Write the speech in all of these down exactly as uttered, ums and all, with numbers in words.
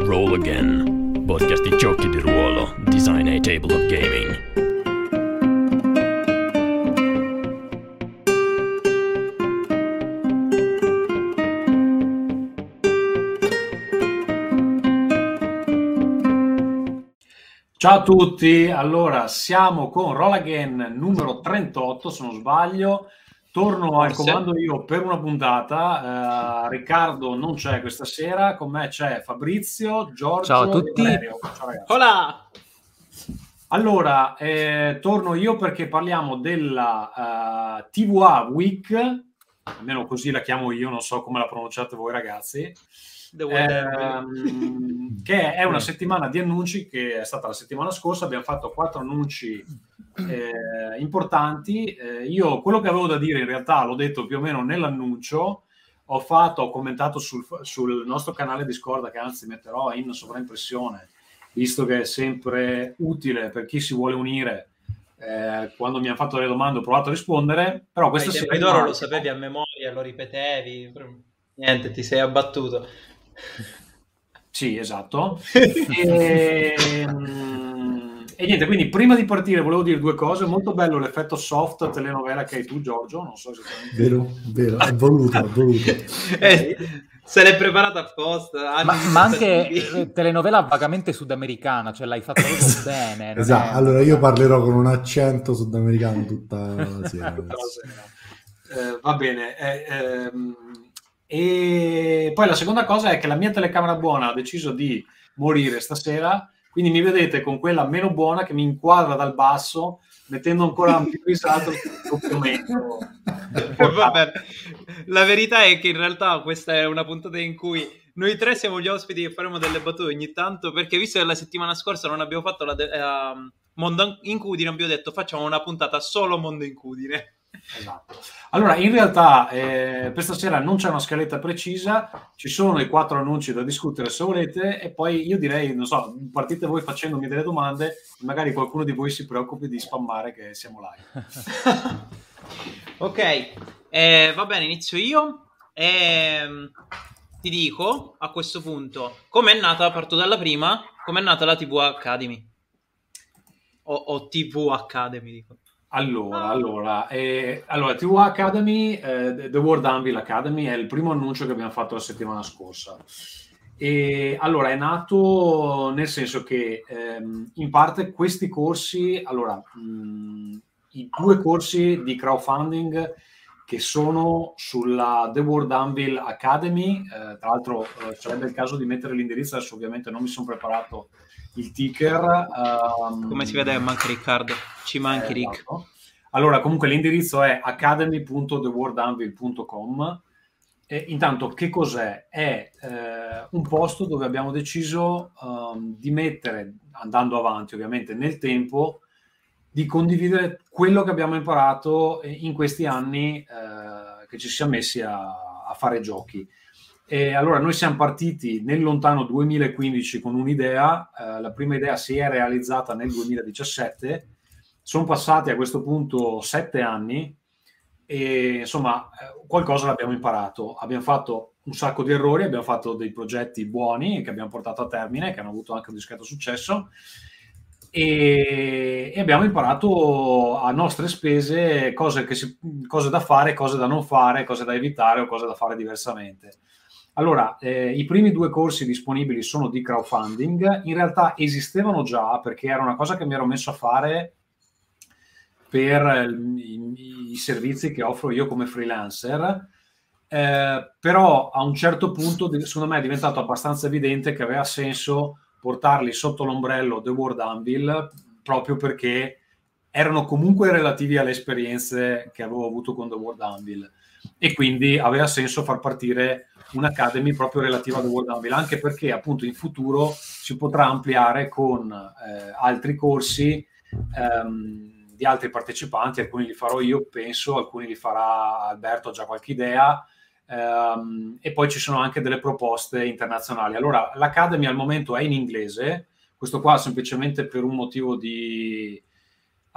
Roll Again, podcast di giochi di ruolo, design e tabletop gaming. Ciao a tutti, allora siamo con Roll Again numero trentotto, se non sbaglio. Torno al comando io per una puntata. uh, Riccardo non c'è questa sera, con me c'è Fabrizio, Giorgio. Ciao a tutti. E Valerio. Ciao ragazzi. Hola! Allora, eh, torno io perché parliamo della uh, T V A Week, almeno così la chiamo io, non so come la pronunciate voi ragazzi. Ehm, che è una settimana di annunci, che è stata la settimana scorsa. Abbiamo fatto quattro annunci eh, importanti. Eh, io quello che avevo da dire in realtà l'ho detto più o meno nell'annuncio. Ho fatto, ho commentato sul, sul nostro canale Discord, che anzi metterò in sovraimpressione, visto che è sempre utile per chi si vuole unire. Eh, quando mi hanno fatto le domande ho provato a rispondere, però questa sera settimana d'oro lo sapevi a memoria, lo ripetevi, niente, ti sei abbattuto. Sì, esatto. e, e niente, quindi prima di partire volevo dire due cose. Molto bello l'effetto soft telenovela che hai tu, Giorgio, non so esattamente. Vero, vero, è voluto, è voluto. eh, se l'è preparata apposta. Ma, ma anche telenovela vagamente sudamericana, cioè l'hai fatto proprio bene. Non esatto, è... allora io parlerò con un accento sudamericano tutta la sera. Tutta la sera. Eh, va bene. Eh, ehm... E poi la seconda cosa è che la mia telecamera buona ha deciso di morire stasera, quindi mi vedete con quella meno buona che mi inquadra dal basso, mettendo ancora più risalto il doppiamento. Vabbè, la verità è che in realtà questa è una puntata in cui noi tre siamo gli ospiti e faremo delle battute ogni tanto, perché visto che la settimana scorsa non abbiamo fatto la de- uh, Mondo Incudine, abbiamo detto facciamo una puntata solo Mondo Incudine. Esatto. Allora, in realtà eh, per stasera non c'è una scaletta precisa, ci sono i quattro annunci da discutere se volete, e poi io direi, non so, partite voi facendomi delle domande, magari qualcuno di voi si preoccupi di spammare che siamo live. Ok, eh, va bene, inizio io. Eh, ti dico a questo punto com'è nata, parto dalla prima, com'è nata la T V Academy o, o T V Academy, dico. Allora, allora, eh, allora T V Academy, eh, The World Anvil Academy è il primo annuncio che abbiamo fatto la settimana scorsa. E allora è nato nel senso che ehm, in parte questi corsi, allora mh, i due corsi di crowdfunding che sono sulla The World Anvil Academy, eh, tra l'altro eh, sarebbe il caso di mettere l'indirizzo, adesso ovviamente non mi sono preparato il ticker. Um, Come si vede manca Riccardo, ci manchi eh, Rick. Esatto. Allora comunque l'indirizzo è academy punto the world anvil punto com. E intanto che cos'è? È eh, un posto dove abbiamo deciso um, di mettere, andando avanti ovviamente nel tempo, di condividere quello che abbiamo imparato in questi anni eh, che ci siamo messi a, a fare giochi. E allora noi siamo partiti nel lontano duemilaquindici con un'idea, eh, la prima idea si è realizzata nel duemiladiciassette, sono passati a questo punto sette anni e insomma eh, qualcosa l'abbiamo imparato, abbiamo fatto un sacco di errori, abbiamo fatto dei progetti buoni che abbiamo portato a termine, che hanno avuto anche un discreto successo, e, e abbiamo imparato a nostre spese cose, che si, cose da fare, cose da non fare, cose da evitare o cose da fare diversamente. Allora, eh, i primi due corsi disponibili sono di crowdfunding, in realtà esistevano già perché era una cosa che mi ero messo a fare per i, i servizi che offro io come freelancer, eh, però a un certo punto secondo me è diventato abbastanza evidente che aveva senso portarli sotto l'ombrello The World Anvil, proprio perché erano comunque relativi alle esperienze che avevo avuto con The World Anvil, e quindi aveva senso far partire un'academy proprio relativa a The World Anvil, anche perché appunto in futuro si potrà ampliare con eh, altri corsi ehm, di altri partecipanti. Alcuni li farò io, penso, alcuni li farà Alberto, ha già qualche idea, ehm, e poi ci sono anche delle proposte internazionali. Allora, l'Academy al momento è in inglese, questo qua semplicemente per un motivo di...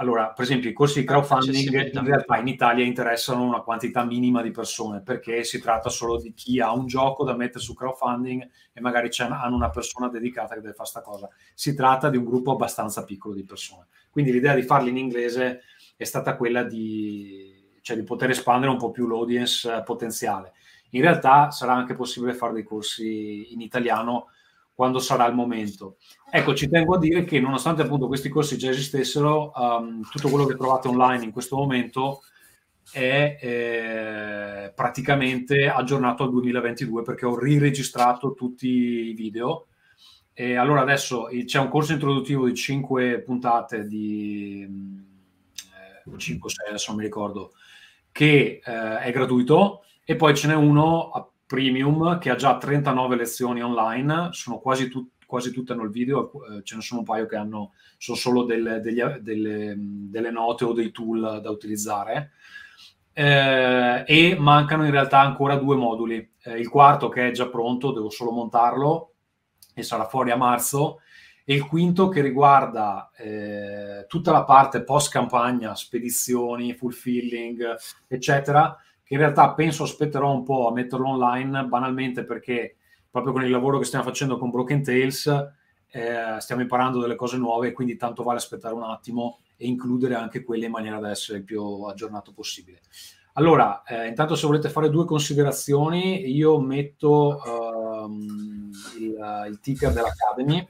allora, per esempio, i corsi di crowdfunding Accessibilità. in realtà in Italia interessano una quantità minima di persone, perché si tratta solo di chi ha un gioco da mettere su crowdfunding e magari c'è, hanno una persona dedicata che deve fare sta cosa. Si tratta di un gruppo abbastanza piccolo di persone. Quindi l'idea di farli in inglese è stata quella di, cioè, di poter espandere un po' più l'audience potenziale. In realtà sarà anche possibile fare dei corsi in italiano quando sarà il momento. Ecco, ci tengo a dire che nonostante appunto questi corsi già esistessero, um, tutto quello che trovate online in questo momento è eh, praticamente aggiornato al duemilaventidue, perché ho riregistrato tutti i video. E allora adesso c'è un corso introduttivo di cinque puntate, di eh, cinque o sei, adesso non mi ricordo, che eh, è gratuito, e poi ce n'è uno a premium che ha già trentanove lezioni online, sono quasi, tu- quasi tutte hanno il video, eh, ce ne sono un paio che hanno, sono solo delle, degli, delle, delle note o dei tool da utilizzare, eh, e mancano in realtà ancora due moduli, eh, il quarto che è già pronto, devo solo montarlo e sarà fuori a marzo, e il quinto che riguarda eh, tutta la parte post campagna, spedizioni, fulfilling, eccetera, che in realtà penso aspetterò un po' a metterlo online, banalmente perché proprio con il lavoro che stiamo facendo con Broken Tales eh, stiamo imparando delle cose nuove, e quindi tanto vale aspettare un attimo e includere anche quelle in maniera da essere il più aggiornato possibile. Allora, eh, intanto se volete fare due considerazioni, io metto um, il, il ticker dell'Academy.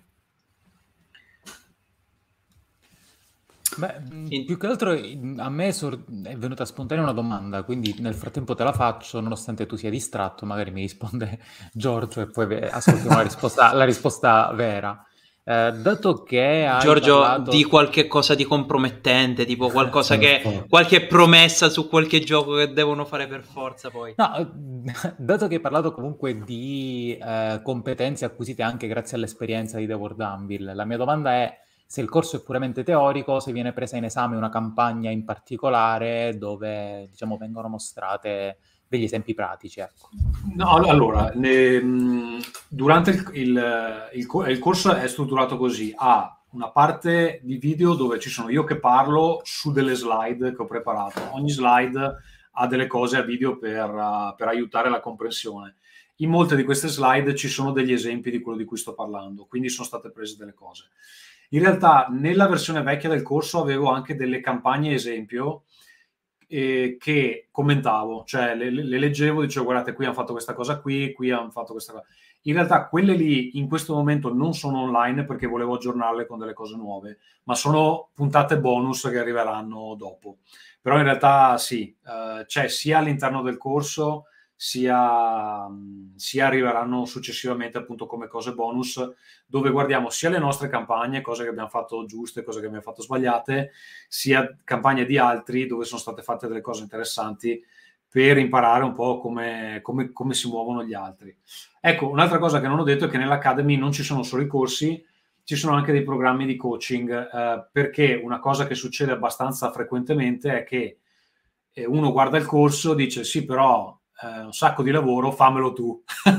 Beh, più che altro a me sor- è venuta spontanea una domanda, quindi nel frattempo te la faccio, nonostante tu sia distratto, magari mi risponde Giorgio e poi ve- ascoltiamo la risposta, la risposta vera. Eh, dato che hai Giorgio, parlato... di qualche cosa di compromettente, tipo qualcosa che, Certo. qualche promessa su qualche gioco che devono fare per forza poi. No, dato che hai parlato comunque di eh, competenze acquisite anche grazie all'esperienza di The World Anvil, la mia domanda è se il corso è puramente teorico, se viene presa in esame una campagna in particolare dove, diciamo, vengono mostrate degli esempi pratici, ecco. No, allora, ne- durante il, il, il, co- il corso è strutturato così: ha una parte di video dove ci sono io che parlo su delle slide che ho preparato. Ogni slide ha delle cose a video per, uh, per aiutare la comprensione. In molte di queste slide ci sono degli esempi di quello di cui sto parlando, quindi sono state prese delle cose. In realtà nella versione vecchia del corso avevo anche delle campagne esempio eh, che commentavo, cioè le, le leggevo, dicevo guardate qui hanno fatto questa cosa qui, qui hanno fatto questa cosa. In realtà quelle lì in questo momento non sono online perché volevo aggiornarle con delle cose nuove, ma sono puntate bonus che arriveranno dopo. Però in realtà sì, eh, c'è sia all'interno del corso, sia, sia arriveranno successivamente appunto come cose bonus, dove guardiamo sia le nostre campagne, cose che abbiamo fatto giuste, cose che abbiamo fatto sbagliate, sia campagne di altri dove sono state fatte delle cose interessanti per imparare un po' come, come, come si muovono gli altri. Ecco, un'altra cosa che non ho detto è che nell'Academy non ci sono solo i corsi, ci sono anche dei programmi di coaching, eh, perché una cosa che succede abbastanza frequentemente è che eh, uno guarda il corso, dice sì, però eh, un sacco di lavoro, fammelo tu.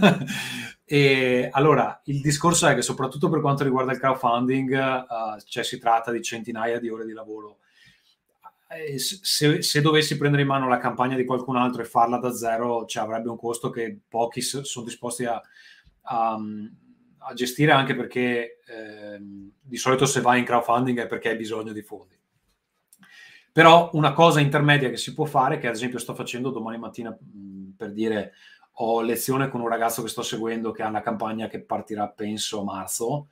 E allora il discorso è che soprattutto per quanto riguarda il crowdfunding, uh, cioè si tratta di centinaia di ore di lavoro. E se, se dovessi prendere in mano la campagna di qualcun altro e farla da zero, cioè, avrebbe un costo che pochi sono disposti a, a, a gestire, anche perché eh, di solito se vai in crowdfunding è perché hai bisogno di fondi. Però una cosa intermedia che si può fare, che ad esempio sto facendo domani mattina, mh, per dire, ho lezione con un ragazzo che sto seguendo che ha una campagna che partirà penso a marzo,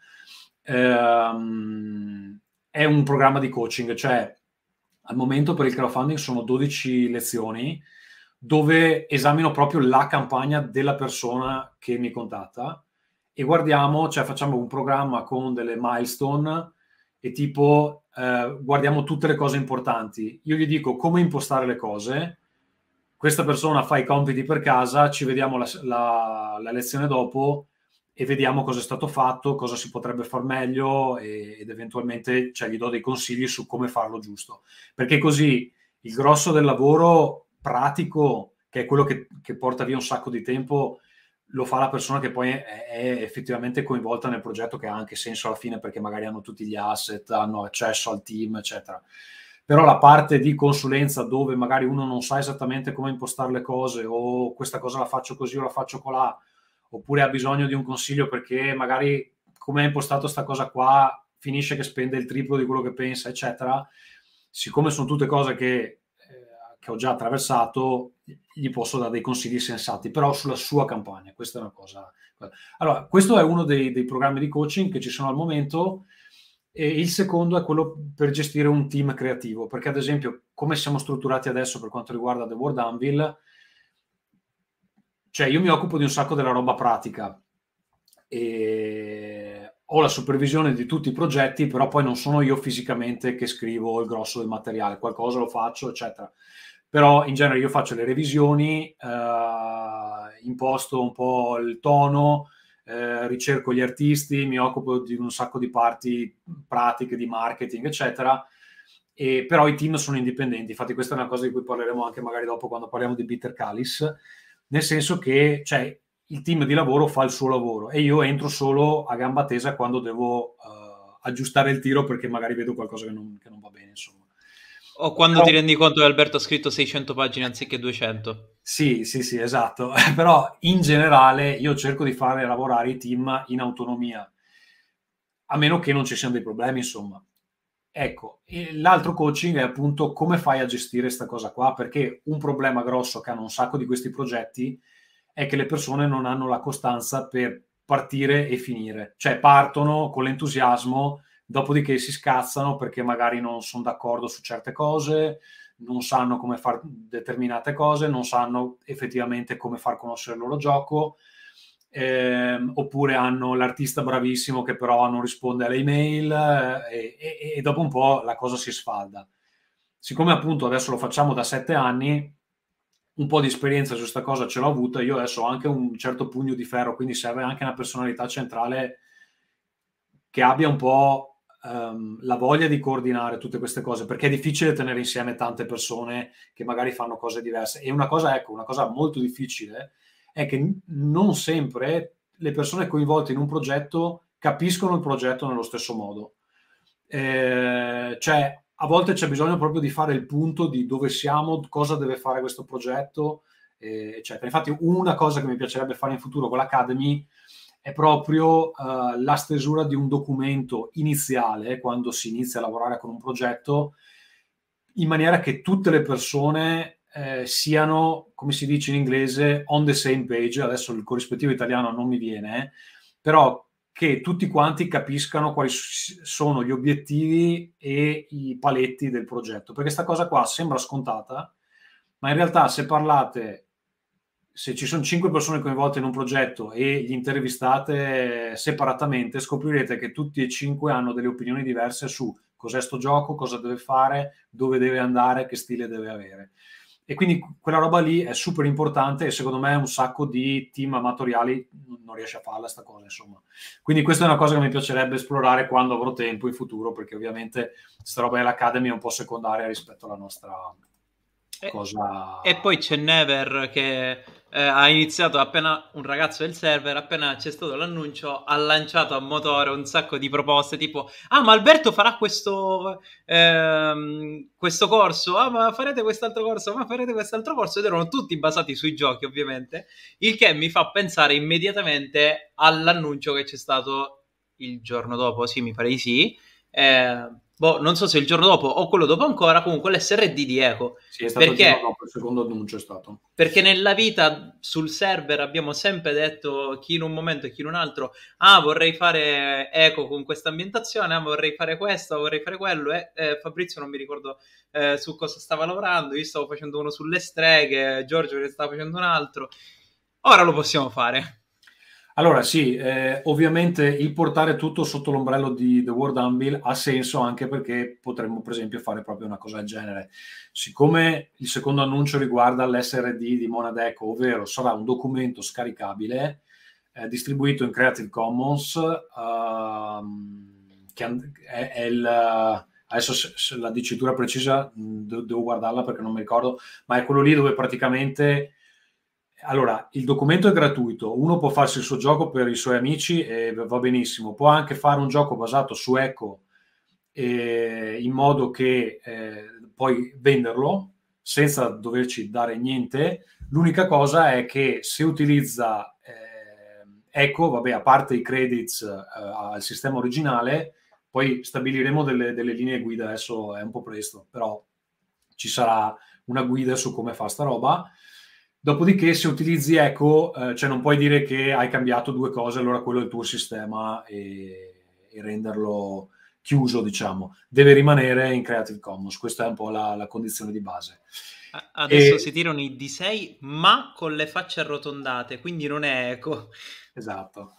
ehm, è un programma di coaching, cioè al momento per il crowdfunding sono dodici lezioni dove esamino proprio la campagna della persona che mi contatta e guardiamo, cioè facciamo un programma con delle milestone e tipo eh, guardiamo tutte le cose importanti. Io gli dico come impostare le cose, questa persona fa i compiti per casa, ci vediamo la, la, la lezione dopo e vediamo cosa è stato fatto, cosa si potrebbe far meglio e, ed eventualmente cioè, gli do dei consigli su come farlo giusto. Perché così il grosso del lavoro pratico, che è quello che, che porta via un sacco di tempo, lo fa la persona che poi è, è effettivamente coinvolta nel progetto, che ha anche senso alla fine perché magari hanno tutti gli asset, hanno accesso al team, eccetera. però la parte di consulenza dove magari uno non sa esattamente come impostare le cose, o questa cosa la faccio così o la faccio colà, oppure ha bisogno di un consiglio perché magari come ha impostato sta cosa qua finisce che spende il triplo di quello che pensa, eccetera. Siccome sono tutte cose che, eh, che ho già attraversato, gli posso dare dei consigli sensati, però sulla sua campagna. Questa è una cosa. Allora, questo è uno dei, dei programmi di coaching che ci sono al momento, e il secondo è quello per gestire un team creativo, perché ad esempio come siamo strutturati adesso per quanto riguarda The World Anvil, cioè io mi occupo di un sacco della roba pratica e ho la supervisione di tutti i progetti, però poi non sono io fisicamente che scrivo il grosso del materiale, qualcosa lo faccio, eccetera. Però in genere io faccio le revisioni, eh, imposto un po' il tono, eh, ricerco gli artisti, mi occupo di un sacco di parti pratiche, di marketing, eccetera. E però i team sono indipendenti, infatti questa è una cosa di cui parleremo anche magari dopo quando parliamo di Bitter Calis, nel senso che cioè, il team di lavoro fa il suo lavoro e io entro solo a gamba tesa quando devo uh, aggiustare il tiro perché magari vedo qualcosa che non, che non va bene, insomma. O quando però, ti rendi conto che Alberto ha scritto seicento pagine anziché duecento. Sì, sì, sì, esatto. Però in generale io cerco di fare lavorare i team in autonomia, a meno che non ci siano dei problemi, insomma. Ecco, e l'altro coaching è appunto come fai a gestire questa cosa qua, perché un problema grosso che hanno un sacco di questi progetti è che le persone non hanno la costanza per partire e finire. Cioè partono con l'entusiasmo, dopodiché si scazzano perché magari non sono d'accordo su certe cose, non sanno come fare determinate cose, non sanno effettivamente come far conoscere il loro gioco, eh, oppure hanno l'artista bravissimo che però non risponde alle email eh, e, e dopo un po' la cosa si sfalda. Siccome appunto adesso lo facciamo da sette anni, un po' di esperienza su questa cosa ce l'ho avuta, io adesso ho anche un certo pugno di ferro, quindi serve anche una personalità centrale che abbia un po' um, la voglia di coordinare tutte queste cose, perché è difficile tenere insieme tante persone che magari fanno cose diverse. E una cosa, ecco, una cosa molto difficile è che non sempre le persone coinvolte in un progetto capiscono il progetto nello stesso modo. Eh, cioè, a volte c'è bisogno proprio di fare il punto di dove siamo, cosa deve fare questo progetto, eh, eccetera. Infatti una cosa che mi piacerebbe fare in futuro con l'Academy è proprio uh, la stesura di un documento iniziale quando si inizia a lavorare con un progetto, in maniera che tutte le persone eh, siano, come si dice in inglese, on the same page. Adesso il corrispettivo italiano non mi viene, eh, però che tutti quanti capiscano quali sono gli obiettivi e i paletti del progetto, perché sta cosa qua sembra scontata, ma in realtà se parlate, se ci sono cinque persone coinvolte in un progetto e gli intervistate separatamente, scoprirete che tutti e cinque hanno delle opinioni diverse su cos'è sto gioco, cosa deve fare, dove deve andare, che stile deve avere. E quindi quella roba lì è super importante e secondo me un sacco di team amatoriali non riesce a farla sta cosa, insomma. Quindi questa è una cosa che mi piacerebbe esplorare quando avrò tempo in futuro, perché ovviamente sta roba dell'Academy è un po' secondaria rispetto alla nostra cosa. E, e poi c'è Never che eh, ha iniziato appena un ragazzo del server, appena c'è stato l'annuncio, ha lanciato a motore un sacco di proposte tipo ah ma Alberto farà questo ehm, questo corso, ah ma farete quest'altro corso, ma farete quest'altro corso, ed erano tutti basati sui giochi ovviamente, il che mi fa pensare immediatamente all'annuncio che c'è stato il giorno dopo, sì mi pare di sì, eh, boh, non so se il giorno dopo o quello dopo ancora, comunque l'S R D di Eco. Sì, è stato perché, il giorno dopo, il secondo annuncio è stato. Perché nella vita sul server abbiamo sempre detto, chi in un momento e chi in un altro, ah vorrei fare Eco con questa ambientazione, ah vorrei fare questo, vorrei fare quello, e eh, Fabrizio non mi ricordo eh, su cosa stava lavorando, io stavo facendo uno sulle streghe, Giorgio ne stava facendo un altro, ora lo possiamo fare. Allora sì, eh, ovviamente il portare tutto sotto l'ombrello di The World Anvil ha senso anche perché potremmo per esempio fare proprio una cosa del genere. Siccome il secondo annuncio riguarda l'S R D di Monad Eco, ovvero sarà un documento scaricabile eh, distribuito in Creative Commons, uh, che è, è il... Adesso se, se la dicitura precisa de- devo guardarla perché non mi ricordo, ma è quello lì dove praticamente... Allora, il documento è gratuito, uno può farsi il suo gioco per i suoi amici e va benissimo, può anche fare un gioco basato su Eco eh, in modo che eh, poi venderlo senza doverci dare niente. L'unica cosa è che se utilizza eh, Echo, vabbè, a parte i credits eh, al sistema originale, poi stabiliremo delle, delle linee guida, adesso è un po' presto, però ci sarà una guida su come fa sta roba. Dopodiché se utilizzi Echo, eh, cioè non puoi dire che hai cambiato due cose, allora quello è il tuo sistema e, e renderlo chiuso, diciamo. Deve rimanere in Creative Commons, questa è un po' la, la condizione di base. Adesso e... si tirano i D sei ma con le facce arrotondate, quindi non è Echo. Esatto.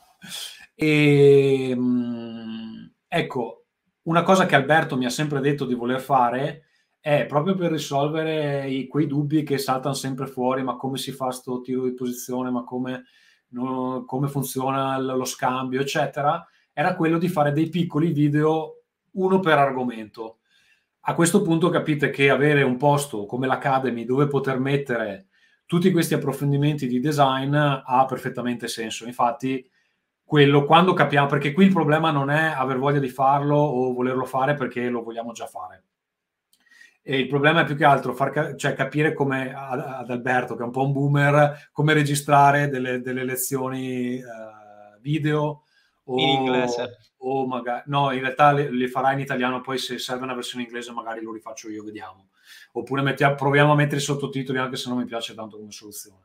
E, mh, ecco, una cosa che Alberto mi ha sempre detto di voler fare è proprio per risolvere i, quei dubbi che saltano sempre fuori, ma come si fa sto tiro di posizione, ma come, no, come funziona lo scambio, eccetera, era quello di fare dei piccoli video, uno per argomento. A questo punto capite che avere un posto come l'Academy dove poter mettere tutti questi approfondimenti di design ha perfettamente senso. Infatti, quello quando capiamo, perché qui il problema non è aver voglia di farlo o volerlo fare perché lo vogliamo già fare. E il problema è più che altro far, cioè, capire come ad Alberto, che è un po' un boomer, come registrare delle, delle lezioni uh, video o, in inglese. O magari, no, in realtà le, le farà in italiano, poi se serve una versione inglese magari lo rifaccio io, vediamo. Oppure mettiamo, proviamo a mettere i sottotitoli, anche se non mi piace tanto come soluzione.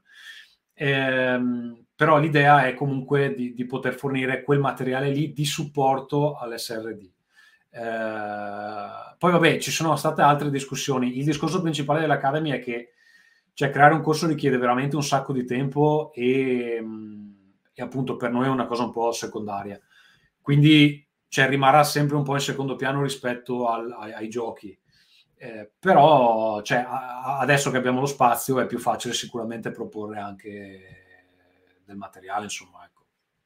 Ehm, però l'idea è comunque di, di poter fornire quel materiale lì di supporto all'S R D. Eh, poi vabbè, ci sono state altre discussioni. Il discorso principale dell'Academy è che, cioè, creare un corso richiede veramente un sacco di tempo e, e appunto per noi è una cosa un po' secondaria. Quindi, cioè, rimarrà sempre un po' in secondo piano rispetto al, ai, ai giochi. Eh, però, cioè, a, adesso che abbiamo lo spazio è più facile sicuramente proporre anche del materiale, insomma, ecco.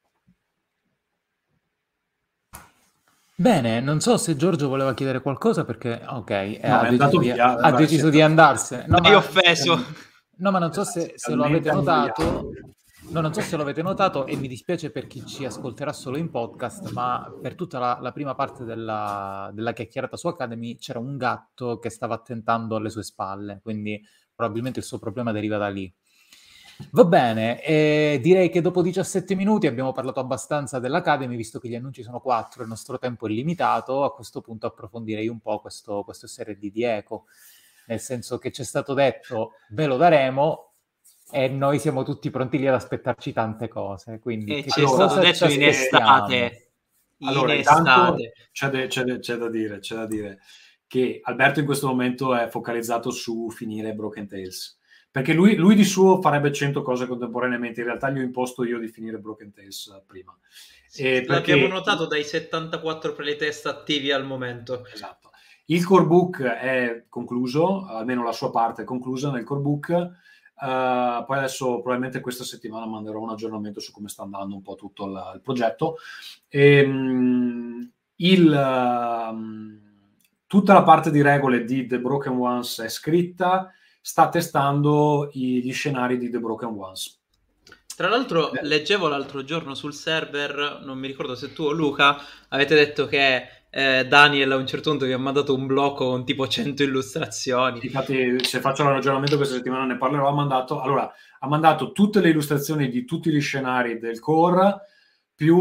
Bene, non so se Giorgio voleva chiedere qualcosa perché, ok, eh, no, ha, deciso di, via, ha deciso di andarsene. No, mi hai offeso. No, ma non so se, se lo avete notato. No, non so se lo avete notato e mi dispiace per chi ci ascolterà solo in podcast, ma per tutta la, la prima parte della, della chiacchierata su Academy c'era un gatto che stava attentando alle sue spalle, quindi probabilmente il suo problema deriva da lì. Va bene, e direi che dopo diciassette minuti abbiamo parlato abbastanza dell'Academy, visto che gli annunci sono quattro e il nostro tempo è limitato. A questo punto approfondirei un po' questo, questo S R D di Echo, nel senso che c'è stato detto ve lo daremo e noi siamo tutti pronti lì ad aspettarci tante cose. Quindi e che c'è stato detto in estate. Allora, in intanto estate. c'è, de, c'è, de, c'è da dire, c'è da dire che Alberto in questo momento è focalizzato su finire Broken Tales, perché lui, lui di suo farebbe cento cose contemporaneamente, in realtà gli ho imposto io di finire Broken Tales prima. E l'abbiamo perché... notato dai settantaquattro playtest attivi al momento. Esatto. Il core book è concluso, almeno la sua parte è conclusa nel core book. Uh, poi adesso probabilmente questa settimana manderò un aggiornamento su come sta andando un po' tutto il, il progetto. E, um, il, uh, tutta la parte di regole di The Broken Ones è scritta, sta testando i, gli scenari di The Broken Ones. Tra l'altro leggevo l'altro giorno sul server, non mi ricordo se tu o Luca avete detto che eh, Daniel a un certo punto vi ha mandato un blocco con tipo cento illustrazioni. Infatti, se faccio il ragionamento questa settimana ne parlerò. Ha mandato, allora, ha mandato tutte le illustrazioni di tutti gli scenari del core più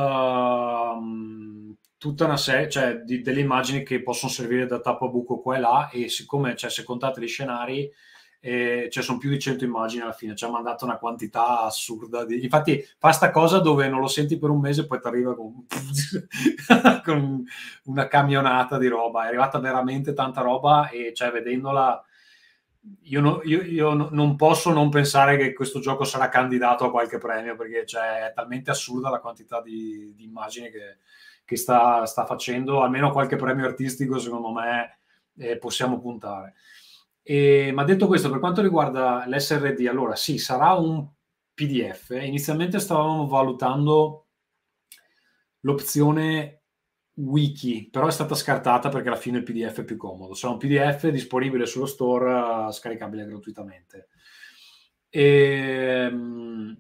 uh, tutta una serie, cioè di, delle immagini che possono servire da tappabuco qua e là, e siccome, cioè, se contate gli scenari eh, cioè sono più di cento immagini alla fine, ci ha mandato una quantità assurda di... infatti fa sta cosa dove non lo senti per un mese, poi ti arriva con... con una camionata di roba, è arrivata veramente tanta roba e cioè vedendola io, no, io, io non posso non pensare che questo gioco sarà candidato a qualche premio, perché cioè, è talmente assurda la quantità di, di immagini che, che sta, sta facendo. Almeno qualche premio artistico secondo me eh, possiamo puntare. E, ma detto questo, per quanto riguarda l'S R D, allora sì, sarà un P D F. Inizialmente stavamo valutando l'opzione wiki, però è stata scartata perché alla fine il P D F è più comodo. Sarà un P D F disponibile sullo store, scaricabile gratuitamente. E, um,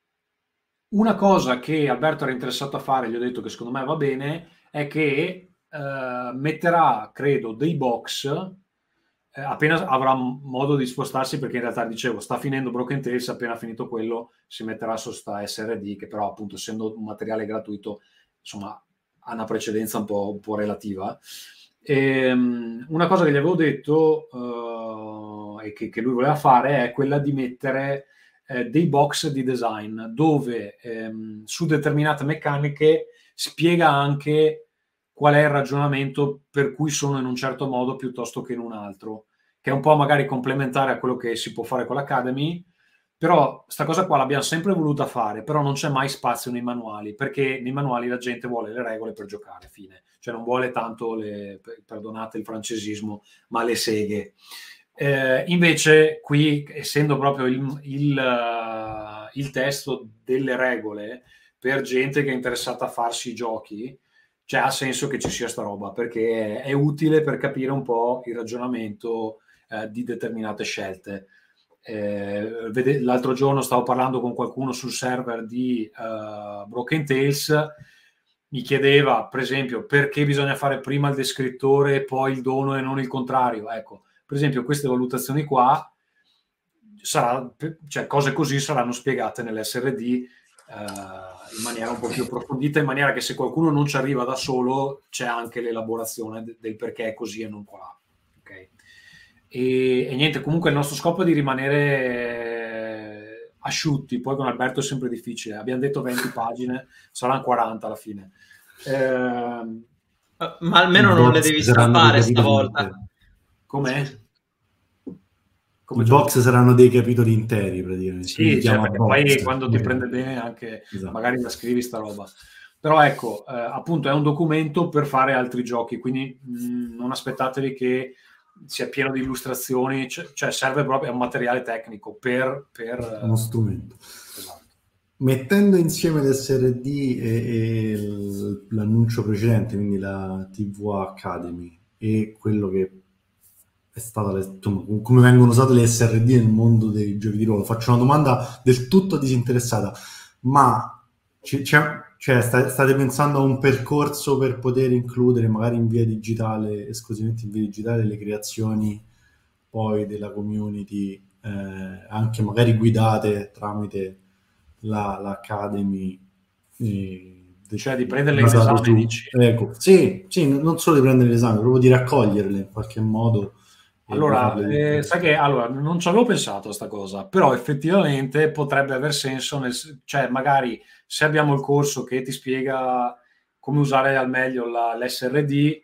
una cosa che Alberto era interessato a fare, gli ho detto che secondo me va bene, è che eh, metterà, credo, dei box eh, appena avrà modo di spostarsi, perché in realtà, dicevo, sta finendo Broken Tales, appena finito quello si metterà su sta S R D, che però appunto, essendo un materiale gratuito, insomma, ha una precedenza un po', un po' relativa. E, um, una cosa che gli avevo detto uh, e che, che lui voleva fare è quella di mettere eh, dei box di design dove ehm, su determinate meccaniche spiega anche qual è il ragionamento per cui sono in un certo modo piuttosto che in un altro, che è un po' magari complementare a quello che si può fare con l'Academy. Però sta cosa qua l'abbiamo sempre voluta fare, però non c'è mai spazio nei manuali, perché nei manuali la gente vuole le regole per giocare, fine. Cioè non vuole tanto le, perdonate il francesismo, ma le seghe. Eh, invece qui, essendo proprio il, il, uh, il testo delle regole per gente che è interessata a farsi i giochi, cioè ha senso che ci sia sta roba, perché è, è utile per capire un po' il ragionamento uh, di determinate scelte. Eh, vede, l'altro giorno stavo parlando con qualcuno sul server di uh, Broken Tales, mi chiedeva per esempio perché bisogna fare prima il descrittore e poi il dono e non il contrario. Ecco, per esempio queste valutazioni qua sarà, cioè cose così saranno spiegate nell'S R D uh, in maniera un po' più approfondita, in maniera che se qualcuno non ci arriva da solo c'è anche l'elaborazione de- del perché è così e non qua. Ok. E, e niente, comunque il nostro scopo è di rimanere asciutti, poi con Alberto è sempre difficile, abbiamo detto venti pagine, saranno quaranta alla fine. Eh, ma almeno non le devi stampare stavolta. Com'è? Come I box gioco? Saranno dei capitoli interi praticamente. Sì, cioè, perché poi quando ti prende bene anche esatto. Magari la scrivi sta roba. Però ecco, eh, appunto è un documento per fare altri giochi, quindi mh, non aspettatevi che sia pieno di illustrazioni, cioè, cioè serve proprio, è un materiale tecnico per... per uno strumento. Esatto. Mettendo insieme l'S R D e, e l'annuncio precedente, quindi la T V Academy, e quello che è stata le, come vengono usate le S R D nel mondo dei giochi di ruolo, faccio una domanda del tutto disinteressata, ma c'è, cioè, state pensando a un percorso per poter includere magari in via digitale, esclusivamente in via digitale, le creazioni poi della community, eh, anche magari guidate tramite la, l'Academy, eh, cioè di prendere l'esame, su, dici? Ecco, sì, sì, non solo di prendere l'esame, proprio di raccoglierle in qualche modo. Allora, eh, sai che allora, non ci avevo pensato a sta cosa, però effettivamente potrebbe aver senso, nel, cioè magari se abbiamo il corso che ti spiega come usare al meglio la, l'S R D,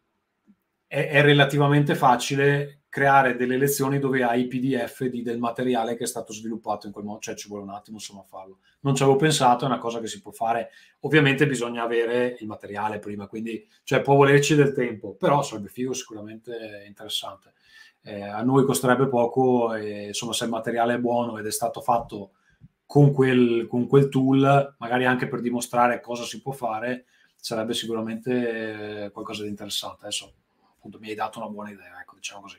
è, è relativamente facile creare delle lezioni dove hai i P D F di, del materiale che è stato sviluppato in quel modo, cioè ci vuole un attimo insomma a farlo. Non ci avevo pensato, è una cosa che si può fare, ovviamente bisogna avere il materiale prima, quindi cioè può volerci del tempo, però sarebbe figo, sicuramente interessante. Eh, a noi costerebbe poco e insomma se il materiale è buono ed è stato fatto con quel, con quel tool, magari anche per dimostrare cosa si può fare, sarebbe sicuramente qualcosa di interessante. Adesso appunto mi hai dato una buona idea, ecco, diciamo così.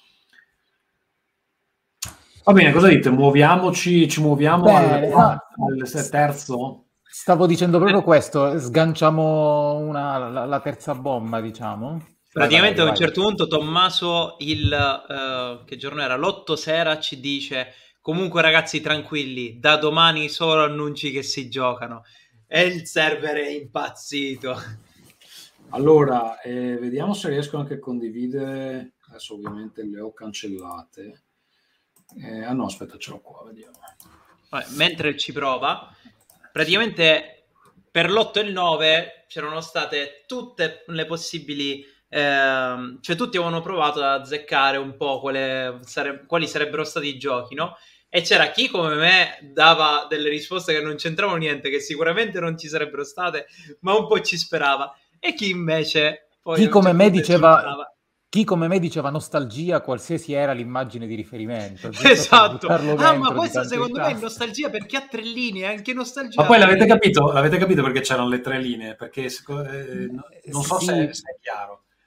Va bene, cosa dite? Muoviamoci, ci muoviamo Beh, al, al, al terzo? Stavo dicendo proprio questo, sganciamo una, la, la terza bomba, diciamo. Praticamente a un certo punto Tommaso, il uh, che giorno era? l'otto sera ci dice: comunque ragazzi tranquilli, da domani solo annunci che si giocano. E il server è impazzito. Allora, eh, vediamo se riesco anche a condividere. Adesso ovviamente le ho cancellate. Eh, ah no, aspetta, ce l'ho qua, vediamo. Vabbè, mentre ci prova, praticamente per l'otto e il nove c'erano state tutte le possibili... Eh, cioè tutti avevano provato ad azzeccare un po' quale sare- quali sarebbero stati i giochi, no? E c'era chi come me dava delle risposte che non c'entravano niente, che sicuramente non ci sarebbero state, ma un po' ci sperava, e chi invece poi chi come me diceva chi come me diceva nostalgia qualsiasi era l'immagine di riferimento. Esatto. Ah, ma questo secondo me è nostalgia perché ha tre linee, anche nostalgia. Ma poi l'avete capito, l'avete capito perché c'erano le tre linee? Perché eh, non so sì. se, se è chiaro.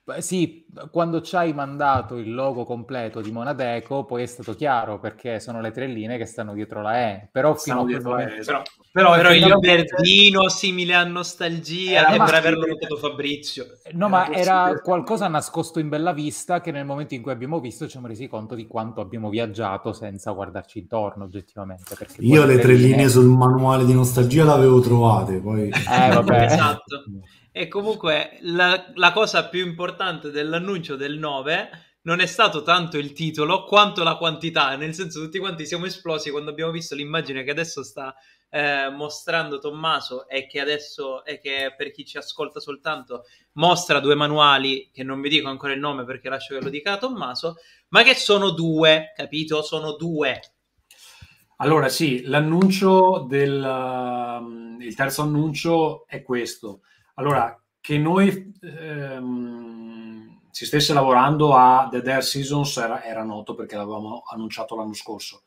Sì, quando ci hai mandato il logo completo di Monadeco, poi è stato chiaro perché sono le tre linee che stanno dietro la E, però fino Stanno a quel dietro la momento... E, esatto. Però, Però il effettivamente verdino simile a Nostalgia era e per ma- averlo possibile- notato Fabrizio. No, era ma possibile era che- qualcosa nascosto in bella vista che nel momento in cui abbiamo visto ci siamo resi conto di quanto abbiamo viaggiato senza guardarci intorno oggettivamente. Perché Io quelle le tre linee linee... sul manuale di Nostalgia l'avevo trovate, poi... Eh, vabbè. Esatto. E comunque la, la cosa più importante dell'annuncio del nove non è stato tanto il titolo quanto la quantità, nel senso tutti quanti siamo esplosi quando abbiamo visto l'immagine che adesso sta eh, mostrando Tommaso e che adesso, e che per chi ci ascolta soltanto mostra due manuali che non vi dico ancora il nome perché lascio che lo dica Tommaso, ma che sono due, capito? Sono due. Allora sì, l'annuncio del um, il terzo annuncio è questo. Allora, che noi ehm, si stesse lavorando a The Dare Seasons era, era noto perché l'avevamo annunciato l'anno scorso.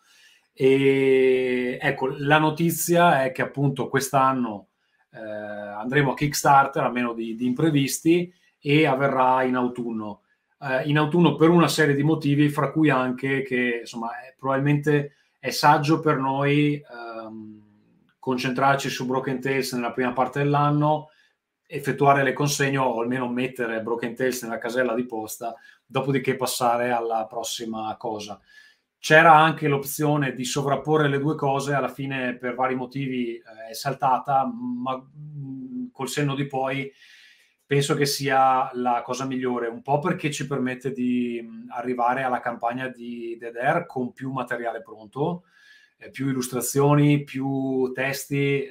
E ecco, la notizia è che appunto quest'anno eh, andremo a Kickstarter, a meno di, di imprevisti, e avverrà in autunno. Eh, in autunno per una serie di motivi, fra cui anche che insomma è, probabilmente è saggio per noi ehm, concentrarci su Broken Tales nella prima parte dell'anno, effettuare le consegne o almeno mettere Broken Tales nella casella di posta, dopodiché passare alla prossima cosa. C'era anche l'opzione di sovrapporre le due cose, alla fine per vari motivi eh, è saltata, ma mh, col senno di poi penso che sia la cosa migliore, un po' perché ci permette di mh, arrivare alla campagna di The Dare con più materiale pronto, eh, più illustrazioni, più testi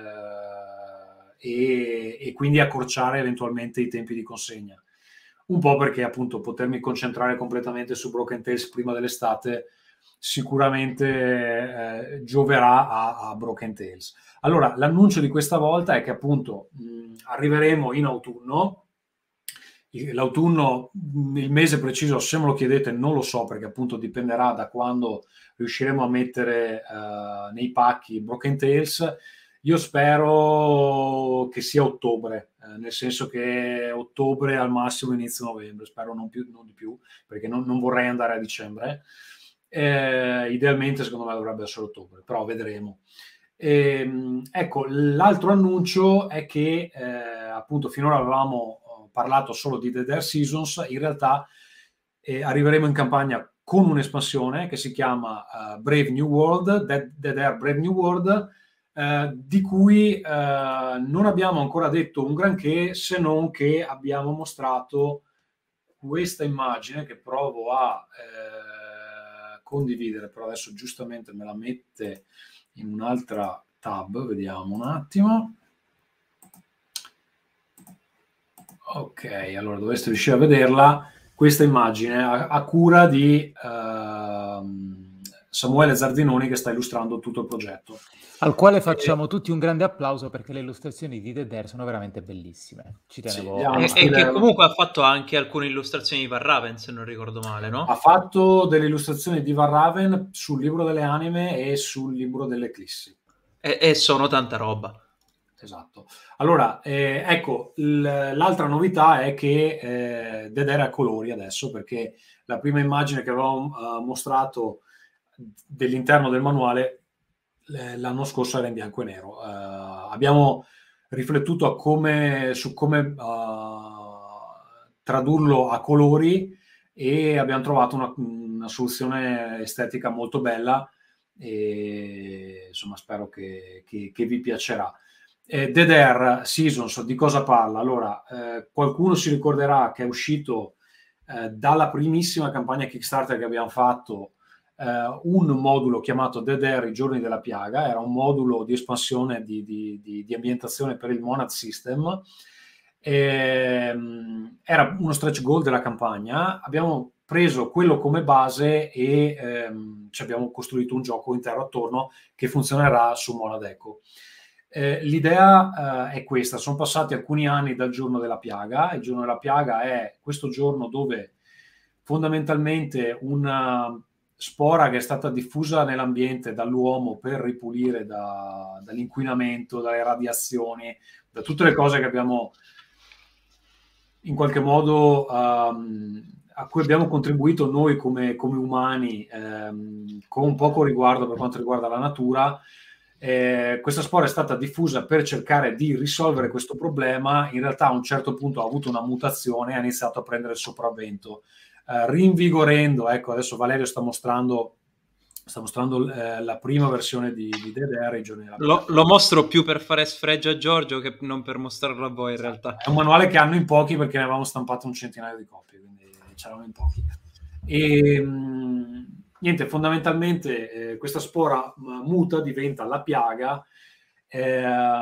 eh, e, e quindi accorciare eventualmente i tempi di consegna. Un po' perché appunto potermi concentrare completamente su Broken Tales prima dell'estate sicuramente eh, gioverà a, a Broken Tales. Allora, l'annuncio di questa volta è che appunto mh, arriveremo in autunno. L'autunno, il mese preciso, se me lo chiedete, non lo so perché appunto dipenderà da quando riusciremo a mettere uh, nei pacchi Broken Tales. Io spero che sia ottobre, eh, nel senso che ottobre al massimo inizio novembre, spero non, più, non di più, perché non, non vorrei andare a dicembre. Eh, idealmente secondo me dovrebbe essere ottobre, però vedremo. E, ecco, l'altro annuncio è che eh, appunto finora avevamo parlato solo di The Dare Seasons, in realtà eh, arriveremo in campagna con un'espansione che si chiama uh, Brave New World, The, The Dare Brave New World, uh, di cui uh, non abbiamo ancora detto un granché, se non che abbiamo mostrato questa immagine che provo a eh, condividere, però adesso giustamente me la mette in un'altra tab, vediamo un attimo. Ok, allora dovreste riuscire a vederla, questa immagine a, a cura di uh, Samuele Zardinoni che sta illustrando tutto il progetto. Al quale facciamo e... tutti un grande applauso perché le illustrazioni di The Dare sono veramente bellissime. Ci tenevo. Sì, e, stile... e che comunque ha fatto anche alcune illustrazioni di Van Raven, se non ricordo male, no? Ha fatto delle illustrazioni di Van Raven sul libro delle anime e sul libro delle eclissi. E, e sono tanta roba. Esatto. Allora, eh, ecco, l'altra novità è che eh, The Dare a colori adesso, perché la prima immagine che avevamo uh, mostrato dell'interno del manuale eh, l'anno scorso era in bianco e nero. Uh, abbiamo riflettuto a come, su come uh, tradurlo a colori e abbiamo trovato una, una soluzione estetica molto bella e insomma spero che, che, che vi piacerà. Eh, The Dare Seasons di cosa parla? Allora, eh, qualcuno si ricorderà che è uscito eh, dalla primissima campagna Kickstarter che abbiamo fatto eh, un modulo chiamato The Dare I giorni della piaga, era un modulo di espansione di, di, di, di ambientazione per il Monad System, eh, era uno stretch goal della campagna, abbiamo preso quello come base e ehm, ci abbiamo costruito un gioco intero attorno che funzionerà su Monadeco. Eh, l'idea eh, è questa, sono passati alcuni anni dal giorno della piaga, il giorno della piaga è questo giorno dove fondamentalmente una spora che è stata diffusa nell'ambiente dall'uomo per ripulire da, dall'inquinamento, dalle radiazioni, da tutte le cose che abbiamo in qualche modo um, a cui abbiamo contribuito noi come, come umani, ehm, con poco riguardo per quanto riguarda la natura. Eh, questa spora è stata diffusa per cercare di risolvere questo problema. In realtà a un certo punto ha avuto una mutazione e ha iniziato a prendere il sopravvento, eh, rinvigorendo, ecco, adesso Valerio sta mostrando sta mostrando eh, la prima versione di, di Dead Air, lo, lo mostro più per fare sfregio a Giorgio che non per mostrarlo a voi in realtà. È un manuale che hanno in pochi perché ne avevamo stampato un centinaio di copie, quindi c'erano in pochi. E mh, niente, fondamentalmente eh, questa spora m- muta, diventa la piaga, eh,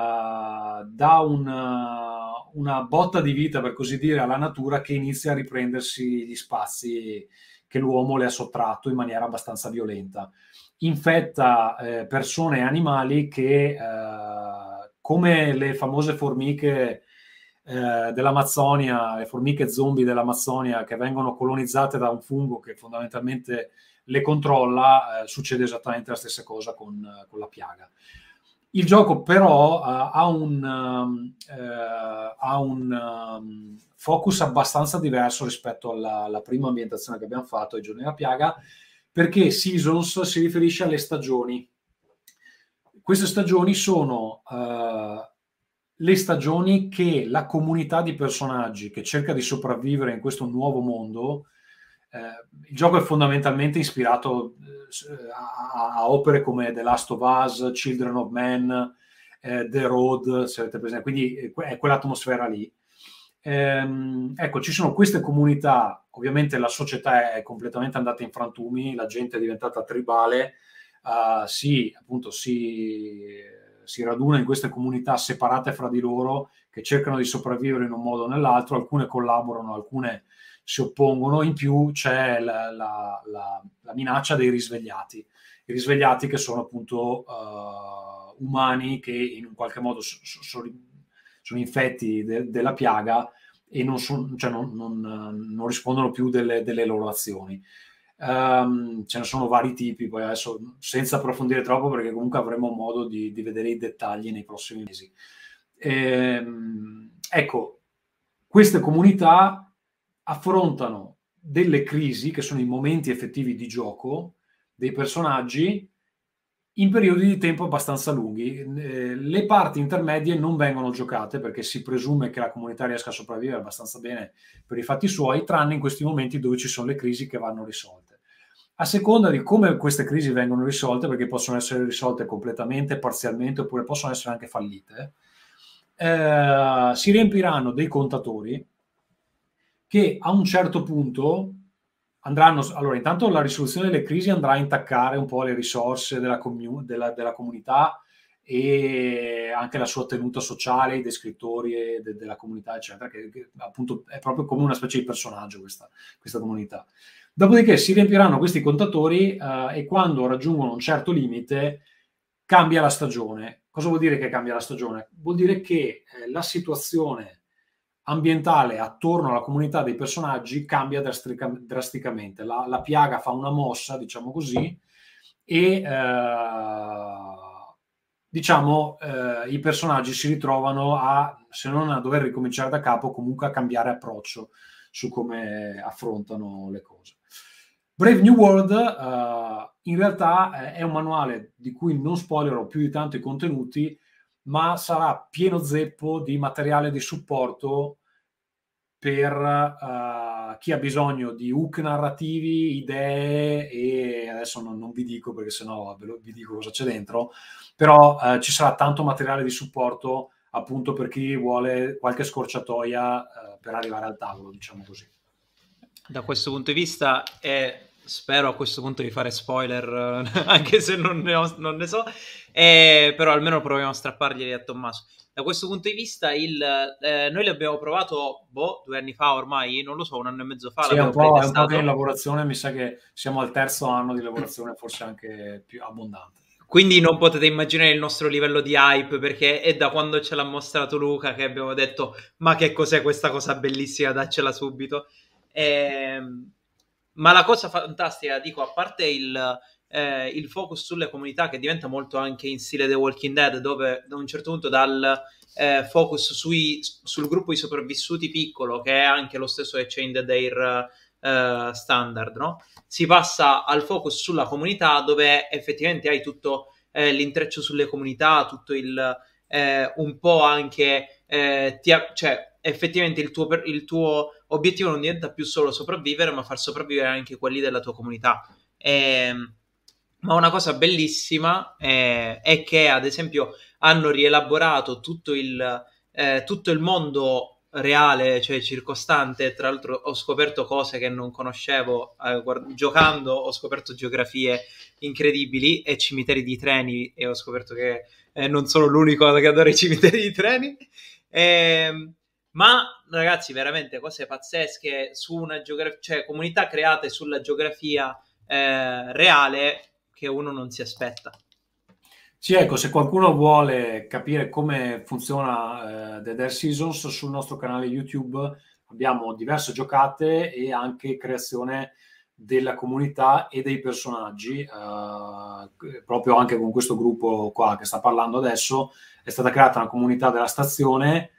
dà una, una botta di vita, per così dire, alla natura, che inizia a riprendersi gli spazi che l'uomo le ha sottratto in maniera abbastanza violenta. Infetta eh, persone e animali che, eh, come le famose formiche eh, dell'Amazzonia, le formiche zombie dell'Amazzonia che vengono colonizzate da un fungo che fondamentalmente le controlla, eh, succede esattamente la stessa cosa con, con la piaga. Il gioco però uh, ha un, um, uh, ha un um, focus abbastanza diverso rispetto alla, alla prima ambientazione che abbiamo fatto, ai giorni della piaga, perché Seasons si riferisce alle stagioni. Queste stagioni sono uh, le stagioni che la comunità di personaggi che cerca di sopravvivere in questo nuovo mondo. Eh, il gioco è fondamentalmente ispirato eh, a, a opere come The Last of Us, Children of Men, eh, The Road, se avete presente, quindi è, è quell'atmosfera lì. Ehm, ecco, ci sono queste comunità, ovviamente la società è completamente andata in frantumi, la gente è diventata tribale, uh, si, appunto, si, si raduna in queste comunità separate fra di loro che cercano di sopravvivere in un modo o nell'altro, alcune collaborano, alcune si oppongono. In più c'è la, la, la, la minaccia dei risvegliati, i risvegliati che sono appunto uh, umani che in un qualche modo so, so, sono infetti de, della piaga e non, son, cioè non, non, non rispondono più delle, delle loro azioni. Um, ce ne sono vari tipi, poi adesso senza approfondire troppo perché comunque avremo modo di, di vedere i dettagli nei prossimi mesi. Ehm, ecco, queste comunità affrontano delle crisi che sono i momenti effettivi di gioco dei personaggi in periodi di tempo abbastanza lunghi. Eh, le parti intermedie non vengono giocate perché si presume che la comunità riesca a sopravvivere abbastanza bene per i fatti suoi, tranne in questi momenti dove ci sono le crisi che vanno risolte. A seconda di come queste crisi vengono risolte, perché possono essere risolte completamente, parzialmente, oppure possono essere anche fallite, eh, si riempiranno dei contatori che a un certo punto andranno, allora intanto la risoluzione delle crisi andrà a intaccare un po' le risorse della, comu- della, della comunità e anche la sua tenuta sociale, i descrittori e de- della comunità, eccetera, che, che appunto è proprio come una specie di personaggio questa, questa comunità. Dopodiché si riempiranno questi contatori uh, e quando raggiungono un certo limite cambia la stagione. Cosa vuol dire che cambia la stagione? Vuol dire che eh, la situazione ambientale attorno alla comunità dei personaggi cambia drastica, drasticamente. La, la piaga fa una mossa, diciamo così, e eh, diciamo eh, i personaggi si ritrovano a, se non a dover ricominciare da capo, comunque a cambiare approccio su come affrontano le cose. Brave New World uh, in realtà è un manuale di cui non spoilerò più di tanto i contenuti, ma sarà pieno zeppo di materiale di supporto per uh, chi ha bisogno di hook narrativi, idee, e adesso non, non vi dico perché sennò ve lo, vi dico cosa c'è dentro, però uh, ci sarà tanto materiale di supporto appunto per chi vuole qualche scorciatoia uh, per arrivare al tavolo, diciamo così. Da questo punto di vista è... spero a questo punto di fare spoiler anche se non ne, ho, non ne so eh, però almeno proviamo a strapparglieli a Tommaso. Da questo punto di vista il, eh, noi l'abbiamo provato boh, due anni fa ormai, non lo so, un anno e mezzo fa. Sì, è un, po', è un po' che in lavorazione, mi sa che siamo al terzo anno di lavorazione, forse anche più abbondante. Quindi non potete immaginare il nostro livello di hype, perché è da quando ce l'ha mostrato Luca che abbiamo detto ma che cos'è questa cosa bellissima, daccela subito. Ehm Ma la cosa fantastica, dico, a parte il, eh, il focus sulle comunità, che diventa molto anche in stile The Walking Dead, dove da un certo punto dal eh, focus sui, sul gruppo di sopravvissuti piccolo, che è anche lo stesso che c'è in The Dare eh, standard, no? Si passa al focus sulla comunità, dove effettivamente hai tutto eh, l'intreccio sulle comunità, tutto il eh, un po' anche eh, ti ha, cioè effettivamente il tuo, il tuo obiettivo non diventa più solo sopravvivere, ma far sopravvivere anche quelli della tua comunità. E, ma una cosa bellissima è, è che ad esempio hanno rielaborato tutto il, eh, tutto il mondo reale, cioè circostante. Tra l'altro ho scoperto cose che non conoscevo eh, guard- giocando, ho scoperto geografie incredibili e cimiteri di treni, e ho scoperto che eh, non sono l'unico che adora i cimiteri di treni. E, ma ragazzi, veramente cose pazzesche su una geografia, cioè comunità create sulla geografia eh, reale, che uno non si aspetta. Sì, ecco, se qualcuno vuole capire come funziona eh, The Dare Seasons, sul nostro canale YouTube abbiamo diverse giocate e anche creazione della comunità e dei personaggi, eh, proprio anche con questo gruppo qua che sta parlando adesso. È stata creata una comunità della stazione,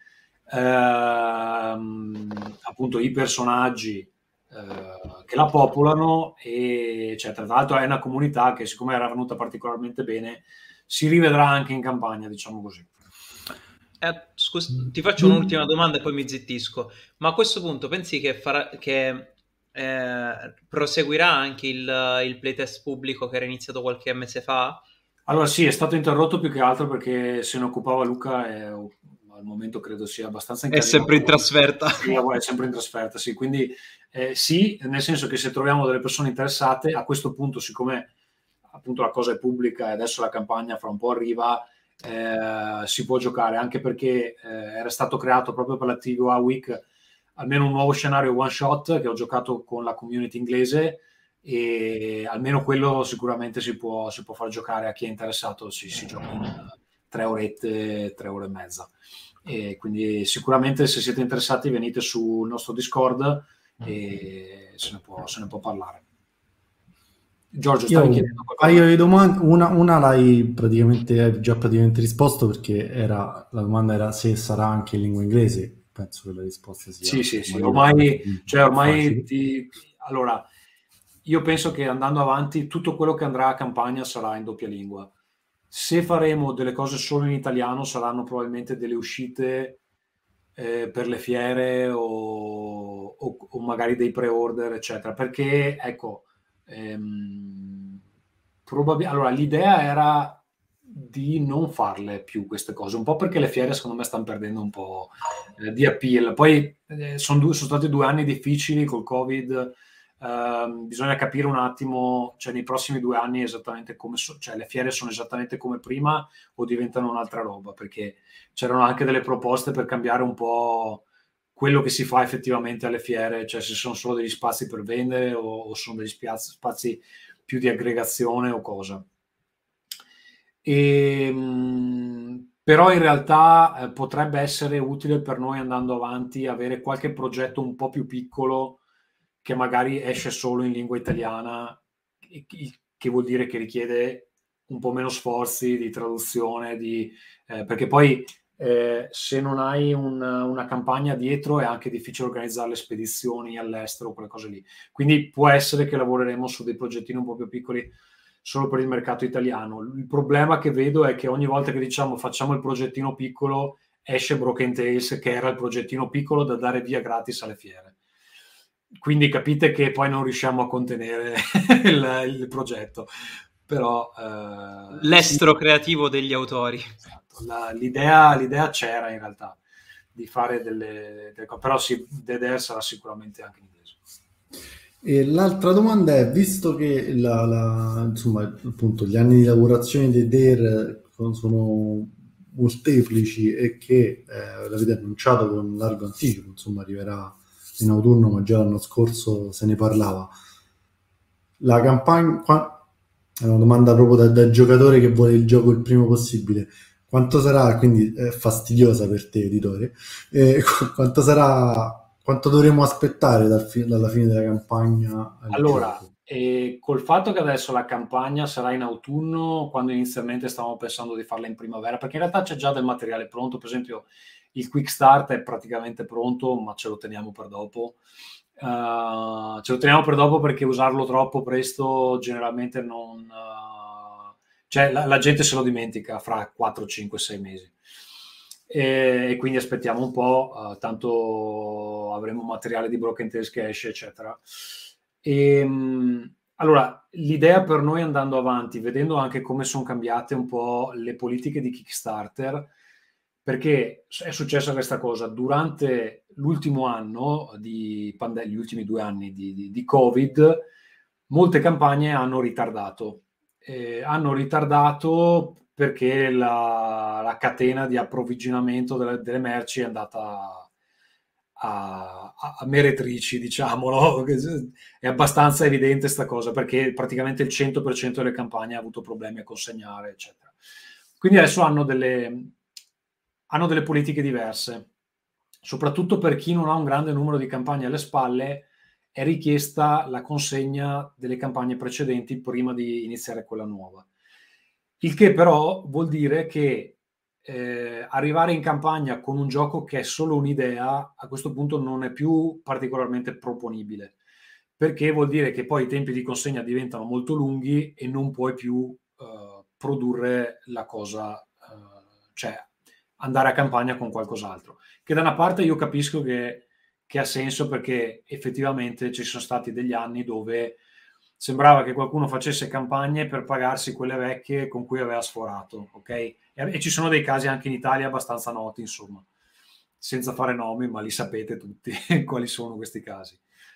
ehm, appunto i personaggi Uh, che la popolano, e cioè, tra l'altro è una comunità che, siccome era venuta particolarmente bene, si rivedrà anche in campagna, diciamo così. Eh, scusa, ti faccio un'ultima domanda e poi mi zittisco, ma a questo punto pensi che, farà, che eh, proseguirà anche il, il playtest pubblico che era iniziato qualche mese fa? Allora sì, è stato interrotto più che altro perché se ne occupava Luca e al momento credo sia abbastanza incasinato. È sempre in trasferta. Sì, è sempre in trasferta, sì. Quindi eh, sì, nel senso che se troviamo delle persone interessate, a questo punto, siccome appunto la cosa è pubblica e adesso la campagna fra un po' arriva, eh, si può giocare, anche perché eh, era stato creato proprio per la T V A Week almeno un nuovo scenario one shot che ho giocato con la community inglese, e almeno quello sicuramente si può, si può far giocare a chi è interessato. Si, si gioca in tre orette, tre ore e mezza. E quindi sicuramente, se siete interessati, venite sul nostro Discord e se ne può, se ne può parlare. Giorgio, stavi Io, chiedendo qualcosa? io di domanda, una, una l'hai praticamente hai già praticamente risposto, perché era, la domanda era se sarà anche in lingua inglese. Penso che la risposta sia sì, sì, sì. Ormai, cioè ormai ti, allora io penso che andando avanti tutto quello che andrà a campagna sarà in doppia lingua. Se faremo delle cose solo in italiano, saranno probabilmente delle uscite eh, per le fiere o, o, o magari dei pre-order, eccetera. Perché, ecco, ehm, probabil- allora l'idea era di non farle più queste cose, un po' perché le fiere secondo me stanno perdendo un po' eh, di appeal. Poi eh, sono, due, sono stati due anni difficili col Covid. Uh, bisogna capire un attimo, cioè nei prossimi due anni esattamente come so, cioè le fiere sono esattamente come prima o diventano un'altra roba, perché c'erano anche delle proposte per cambiare un po' quello che si fa effettivamente alle fiere, cioè se sono solo degli spazi per vendere o, o sono degli spazi, spazi più di aggregazione o cosa. E, mh, però in realtà eh, potrebbe essere utile per noi, andando avanti, avere qualche progetto un po' più piccolo che magari esce solo in lingua italiana, che vuol dire che richiede un po' meno sforzi di traduzione, di, eh, perché poi eh, se non hai un, una campagna dietro è anche difficile organizzare le spedizioni all'estero, quelle cose lì. Quindi può essere che lavoreremo su dei progettini un po' più piccoli solo per il mercato italiano. Il problema che vedo è che ogni volta che diciamo facciamo il progettino piccolo, esce Broken Tales, che era il progettino piccolo da dare via gratis alle fiere. Quindi capite che poi non riusciamo a contenere il, il progetto. Però eh, l'estro sì, creativo degli autori. Esatto. La, l'idea, l'idea c'era in realtà di fare delle, delle cose, però sì, The Dare sarà sicuramente anche in inglese. E l'altra domanda è, visto che la, la, insomma, appunto, gli anni di lavorazione di Dare sono molteplici e che eh, l'avete annunciato con largo anticipo, insomma arriverà in autunno, ma già l'anno scorso se ne parlava, la campagna, qua, è una domanda proprio da, da giocatore che vuole il gioco il prima possibile, quanto sarà, quindi è fastidiosa per te editore, eh, quanto sarà, quanto dovremo aspettare dal fi- dalla fine della campagna? Allora, gioco? E col fatto che adesso la campagna sarà in autunno, quando inizialmente stavamo pensando di farla in primavera, perché in realtà c'è già del materiale pronto, per esempio il Quick Start è praticamente pronto, ma ce lo teniamo per dopo. Uh, ce lo teniamo per dopo perché usarlo troppo presto generalmente non... Uh, cioè la, la gente se lo dimentica fra quattro, cinque, sei mesi. E, e quindi aspettiamo un po', uh, tanto avremo materiale di Broken Tales che esce, eccetera. E, mh, allora, l'idea per noi andando avanti, vedendo anche come sono cambiate un po' le politiche di Kickstarter, perché è successa questa cosa durante l'ultimo anno di pande- gli ultimi due anni di, di, di Covid, molte campagne hanno ritardato. Eh, hanno ritardato perché la, la catena di approvvigionamento delle, delle merci è andata a, a, a meretrici, diciamolo. È abbastanza evidente sta cosa, perché praticamente il cento per cento delle campagne ha avuto problemi a consegnare, eccetera. Quindi adesso hanno delle, hanno delle politiche diverse. Soprattutto per chi non ha un grande numero di campagne alle spalle, è richiesta la consegna delle campagne precedenti prima di iniziare quella nuova. Il che però vuol dire che eh, arrivare in campagna con un gioco che è solo un'idea, a questo punto non è più particolarmente proponibile, perché vuol dire che poi i tempi di consegna diventano molto lunghi e non puoi più eh, produrre la cosa, eh, cioè andare a campagna con qualcos'altro. Che da una parte io capisco che, che ha senso, perché effettivamente ci sono stati degli anni dove sembrava che qualcuno facesse campagne per pagarsi quelle vecchie con cui aveva sforato, ok? E, e ci sono dei casi anche in Italia abbastanza noti, insomma, senza fare nomi, ma li sapete tutti quali sono questi casi.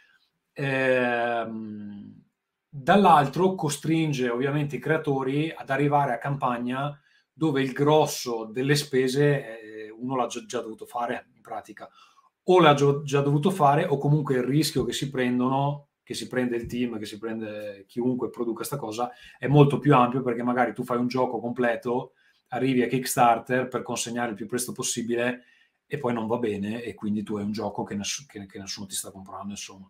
Ehm, dall'altro costringe ovviamente i creatori ad arrivare a campagna dove il grosso delle spese eh, uno l'ha già, già dovuto fare in pratica, o l'ha già, già dovuto fare, o comunque il rischio che si prendono, che si prende il team, che si prende chiunque produca questa cosa, è molto più ampio, perché magari tu fai un gioco completo, arrivi a Kickstarter per consegnare il più presto possibile e poi non va bene, e quindi tu hai un gioco che, ness- che, che nessuno ti sta comprando, insomma.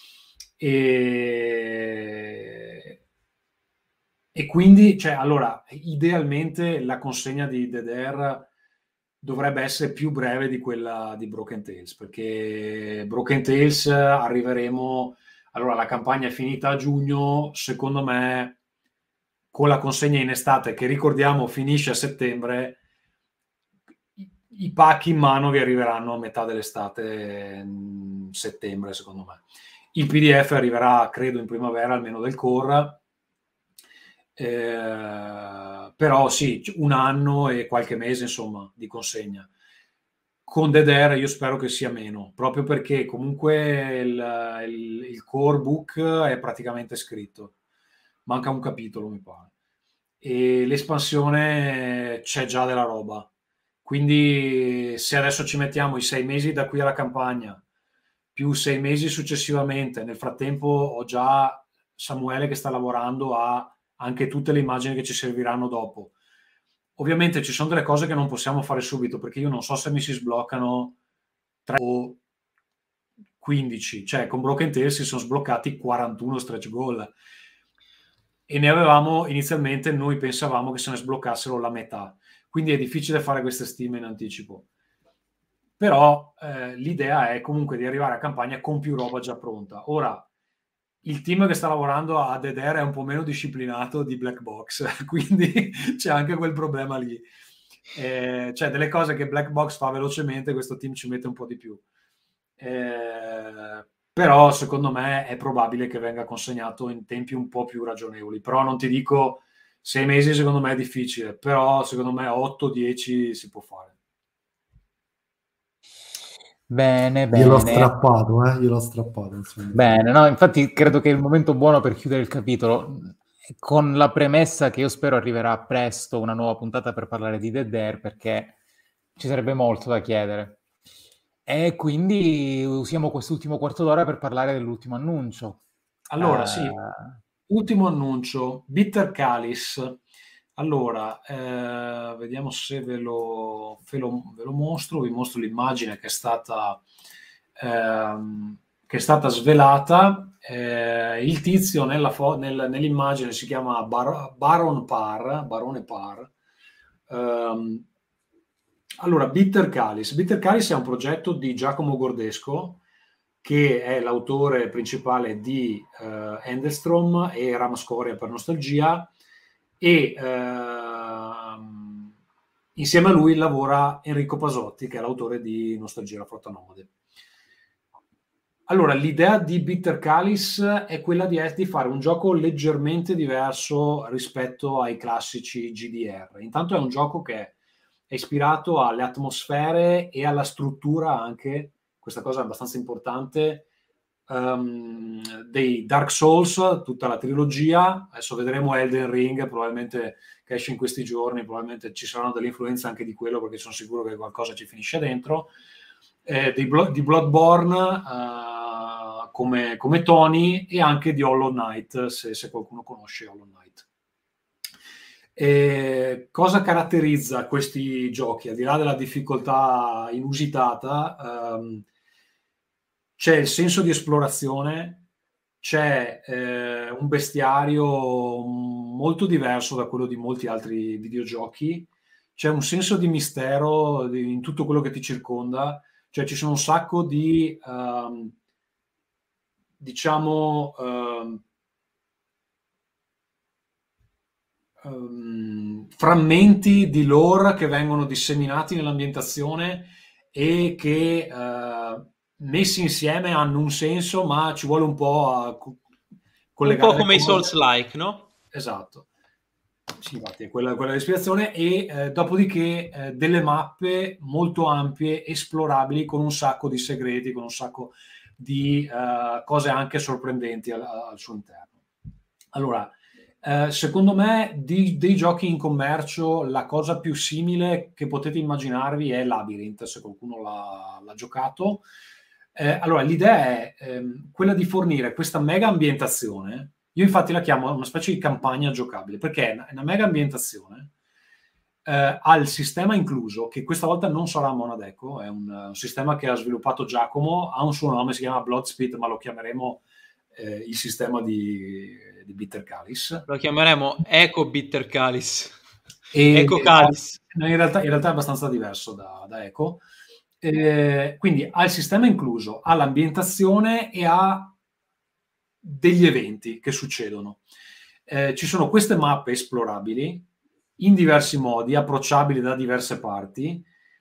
E... E quindi, cioè, allora, idealmente la consegna di Dead Air dovrebbe essere più breve di quella di Broken Tales, perché Broken Tales arriveremo, allora la campagna è finita a giugno, secondo me con la consegna in estate, che ricordiamo finisce a settembre, i, i pacchi in mano vi arriveranno a metà dell'estate, settembre secondo me. Il P D F arriverà, credo, in primavera, almeno del core. Eh, però sì, un anno e qualche mese insomma di consegna. Con Dead Air io spero che sia meno, proprio perché comunque il, il, il core book è praticamente scritto, manca un capitolo mi pare, e l'espansione c'è già della roba, quindi se adesso ci mettiamo i sei mesi da qui alla campagna più sei mesi successivamente, nel frattempo ho già Samuele che sta lavorando a anche tutte le immagini che ci serviranno dopo. Ovviamente ci sono delle cose che non possiamo fare subito, perché io non so se mi si sbloccano tre o quindici, cioè con Broken Tales si sono sbloccati quarantuno stretch goal e ne avevamo inizialmente, noi pensavamo che se ne sbloccassero la metà, quindi è difficile fare queste stime in anticipo. Però eh, l'idea è comunque di arrivare a campagna con più roba già pronta. Ora, il team che sta lavorando a Dead Air è un po' meno disciplinato di Black Box, quindi c'è anche quel problema lì. Eh, cioè delle cose che Black Box fa velocemente, questo team ci mette un po' di più. Eh, però secondo me è probabile che venga consegnato in tempi un po' più ragionevoli. Però non ti dico sei mesi, secondo me è difficile, però secondo me otto dieci si può fare. Bene, bene. Gliel'ho strappato, eh? Gliel'ho strappato. Insomma. Bene, no, infatti credo che è il momento buono per chiudere il capitolo, con la premessa che io spero arriverà presto una nuova puntata per parlare di Dead Air, perché ci sarebbe molto da chiedere. E quindi usiamo quest'ultimo quarto d'ora per parlare dell'ultimo annuncio. Allora, uh... sì, ultimo annuncio, Bitter Chalice. Allora, eh, vediamo se ve lo, ve, lo, ve lo mostro, vi mostro l'immagine che è stata, ehm, che che è stata svelata. Eh, il tizio nella fo- nel, nell'immagine si chiama Bar- Baron Parr, Barone Parr. Um, allora, Bitter Calis. Bitter Calis è un progetto di Giacomo Gordesco, che è l'autore principale di uh, Endestrom e Ramascoria per Nostalgia, e uh, insieme a lui lavora Enrico Pasotti, che è l'autore di Nostalgia la Flotta Nomade. Allora, l'idea di Bitter Calis è quella di, di fare un gioco leggermente diverso rispetto ai classici G D R. Intanto è un gioco che è ispirato alle atmosfere e alla struttura anche, questa cosa è abbastanza importante, um, dei Dark Souls, tutta la trilogia. Adesso vedremo Elden Ring, probabilmente che esce in questi giorni, probabilmente ci saranno delle influenze anche di quello, perché sono sicuro che qualcosa ci finisce dentro. Eh, di, Blo- di Bloodborne uh, come, come Tony, e anche di Hollow Knight, se, se qualcuno conosce Hollow Knight. E cosa caratterizza questi giochi? Al di là della difficoltà inusitata, um, c'è il senso di esplorazione, c'è eh, un bestiario molto diverso da quello di molti altri videogiochi, c'è un senso di mistero di, in tutto quello che ti circonda. Cioè ci sono un sacco di, um, diciamo, um, um, frammenti di lore che vengono disseminati nell'ambientazione e che uh, messi insieme hanno un senso, ma ci vuole un po' a co- collegare. Un po' come i Souls-like, no? Esatto. Sì, infatti è quella, quella l'ispirazione, e eh, dopodiché eh, delle mappe molto ampie, esplorabili, con un sacco di segreti, con un sacco di uh, cose anche sorprendenti al, al suo interno. Allora, eh, secondo me di, dei giochi in commercio la cosa più simile che potete immaginarvi è Labyrinth, se qualcuno l'ha, l'ha giocato. Eh, allora, l'idea è ehm, quella di fornire questa mega ambientazione. Io infatti la chiamo una specie di campagna giocabile, perché è una mega ambientazione, eh, ha il sistema incluso, che questa volta non sarà Monadeco, è un, un sistema che ha sviluppato Giacomo, ha un suo nome, si chiama Bloodspit, ma lo chiameremo eh, il sistema di, di Bitter Calis. Lo chiameremo Eco Bitter Calis. E, Eco Calis. In realtà, in realtà è abbastanza diverso da, da Eco. Eh, quindi ha il sistema incluso, ha l'ambientazione e ha degli eventi che succedono. Eh, ci sono queste mappe esplorabili in diversi modi, approcciabili da diverse parti,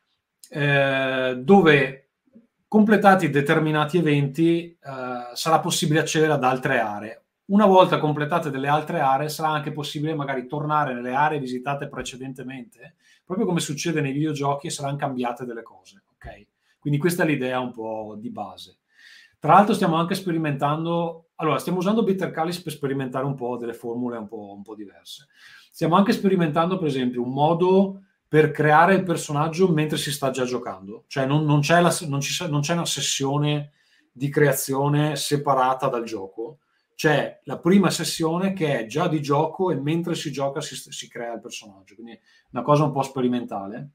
eh, dove completati determinati eventi eh, sarà possibile accedere ad altre aree. Una volta completate delle altre aree sarà anche possibile magari tornare nelle aree visitate precedentemente, proprio come succede nei videogiochi, e saranno cambiate delle cose. Okay? Quindi questa è l'idea un po' di base. Tra l'altro stiamo anche sperimentando, allora stiamo usando Bitter Calis per sperimentare un po' delle formule un po', un po' diverse. Stiamo anche sperimentando, per esempio, un modo per creare il personaggio mentre si sta già giocando. Cioè non, non, c'è, la, non, ci, non c'è una sessione di creazione separata dal gioco. C'è la prima sessione che è già di gioco, e mentre si gioca si, si crea il personaggio. Quindi una cosa un po' sperimentale.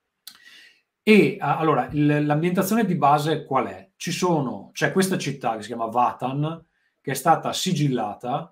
E allora, il, l'ambientazione di base qual è? Ci sono, c'è questa città che si chiama Vatan, che è stata sigillata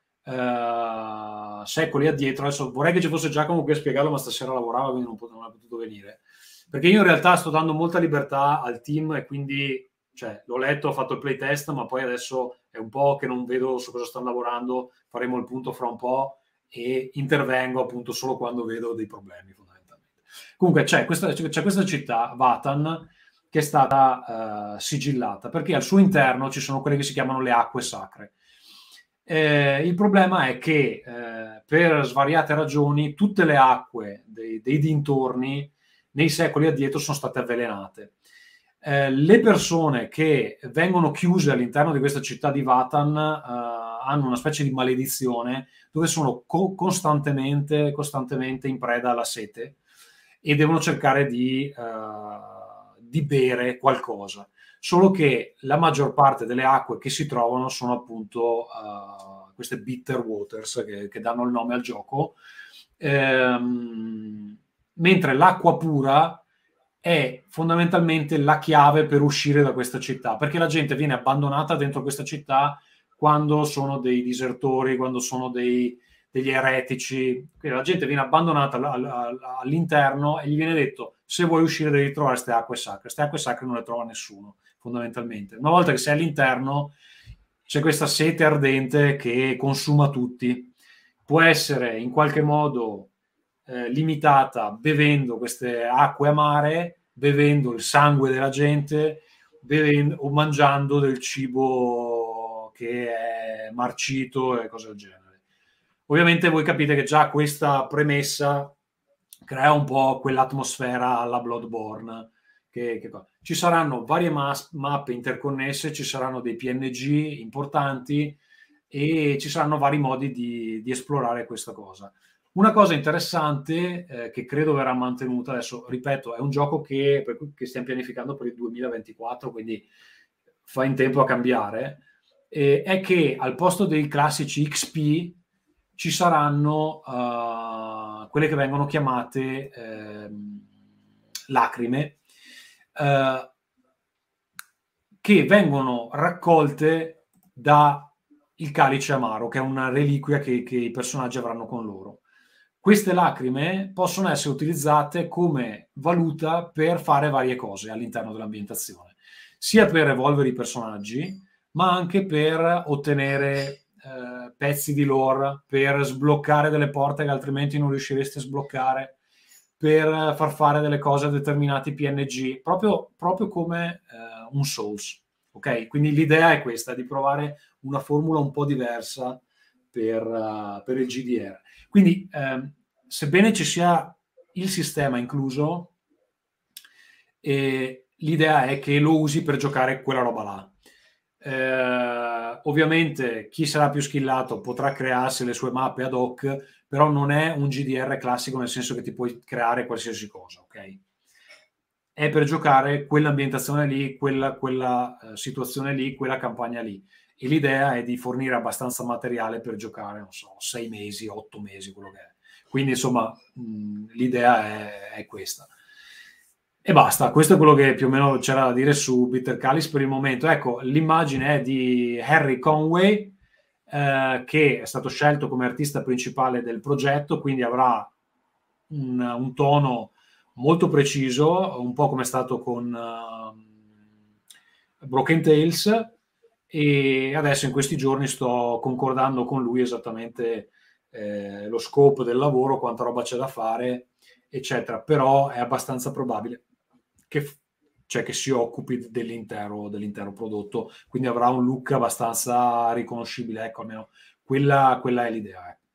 eh, secoli addietro. Adesso vorrei che ci fosse Giacomo qui a spiegarlo, ma stasera lavorava, quindi non, pot- non è potuto venire. Perché io in realtà sto dando molta libertà al team, e quindi cioè, l'ho letto, ho fatto il playtest, ma poi adesso è un po' che non vedo su cosa stanno lavorando, faremo il punto fra un po' e intervengo appunto solo quando vedo dei problemi. Comunque c'è questa, c'è questa città, Vatan, che è stata uh, sigillata, perché al suo interno ci sono quelle che si chiamano le acque sacre. Eh, il problema è che eh, per svariate ragioni tutte le acque dei, dei dintorni nei secoli addietro sono state avvelenate. Eh, le persone che vengono chiuse all'interno di questa città di Vatan uh, hanno una specie di maledizione, dove sono co- costantemente, costantemente in preda alla sete, e devono cercare di, uh, di bere qualcosa. Solo che la maggior parte delle acque che si trovano sono appunto uh, queste bitter waters che, che danno il nome al gioco, ehm, mentre l'acqua pura è fondamentalmente la chiave per uscire da questa città, perché la gente viene abbandonata dentro questa città quando sono dei disertori, quando sono dei, degli eretici. Quindi la gente viene abbandonata all'interno e gli viene detto: se vuoi uscire devi trovare queste acque sacre. Queste acque sacre non le trova nessuno, fondamentalmente. Una volta che sei all'interno c'è questa sete ardente che consuma tutti. Può essere in qualche modo eh, limitata bevendo queste acque amare, bevendo il sangue della gente, bevendo o mangiando del cibo che è marcito e cose del genere. Ovviamente voi capite che già questa premessa crea un po' quell'atmosfera alla Bloodborne. Che, che... Ci saranno varie mas- mappe interconnesse, ci saranno dei P N G importanti e ci saranno vari modi di, di esplorare questa cosa. Una cosa interessante eh, che credo verrà mantenuta, adesso ripeto, è un gioco che, per, che stiamo pianificando per il duemilaventiquattro, quindi fa in tempo a cambiare, eh, è che al posto dei classici X P ci saranno uh, quelle che vengono chiamate eh, lacrime, eh, che vengono raccolte da il calice amaro, che è una reliquia che, che i personaggi avranno con loro. Queste lacrime possono essere utilizzate come valuta per fare varie cose all'interno dell'ambientazione, sia per evolvere i personaggi, ma anche per ottenere eh, pezzi di lore, per sbloccare delle porte che altrimenti non riuscireste a sbloccare, per far fare delle cose a determinati P N G, proprio, proprio come eh, un Souls. Ok? Quindi l'idea è questa, di provare una formula un po' diversa per, uh, per il G D R. Quindi, ehm, sebbene ci sia il sistema incluso, eh, l'idea è che lo usi per giocare quella roba là. Eh, ovviamente chi sarà più skillato potrà crearsi le sue mappe ad hoc, però non è un G D R classico, nel senso che ti puoi creare qualsiasi cosa, ok? È per giocare quell'ambientazione lì, quella, quella uh, situazione lì, quella campagna lì. E l'idea è di fornire abbastanza materiale per giocare, non so, sei mesi, otto mesi, quello che è. Quindi, insomma, mh, l'idea è, è questa. E basta, questo è quello che più o meno c'era da dire su Bitter Calis per il momento. Ecco, l'immagine è di Harry Conway, eh, che è stato scelto come artista principale del progetto, quindi avrà un, un tono molto preciso, un po' come è stato con uh, Broken Tales, e adesso in questi giorni sto concordando con lui esattamente eh, lo scopo del lavoro, quanta roba c'è da fare, eccetera. Però è abbastanza probabile che, cioè, che si occupi dell'intero, dell'intero prodotto, quindi avrà un look abbastanza riconoscibile, ecco, almeno quella, quella è l'idea. Eh.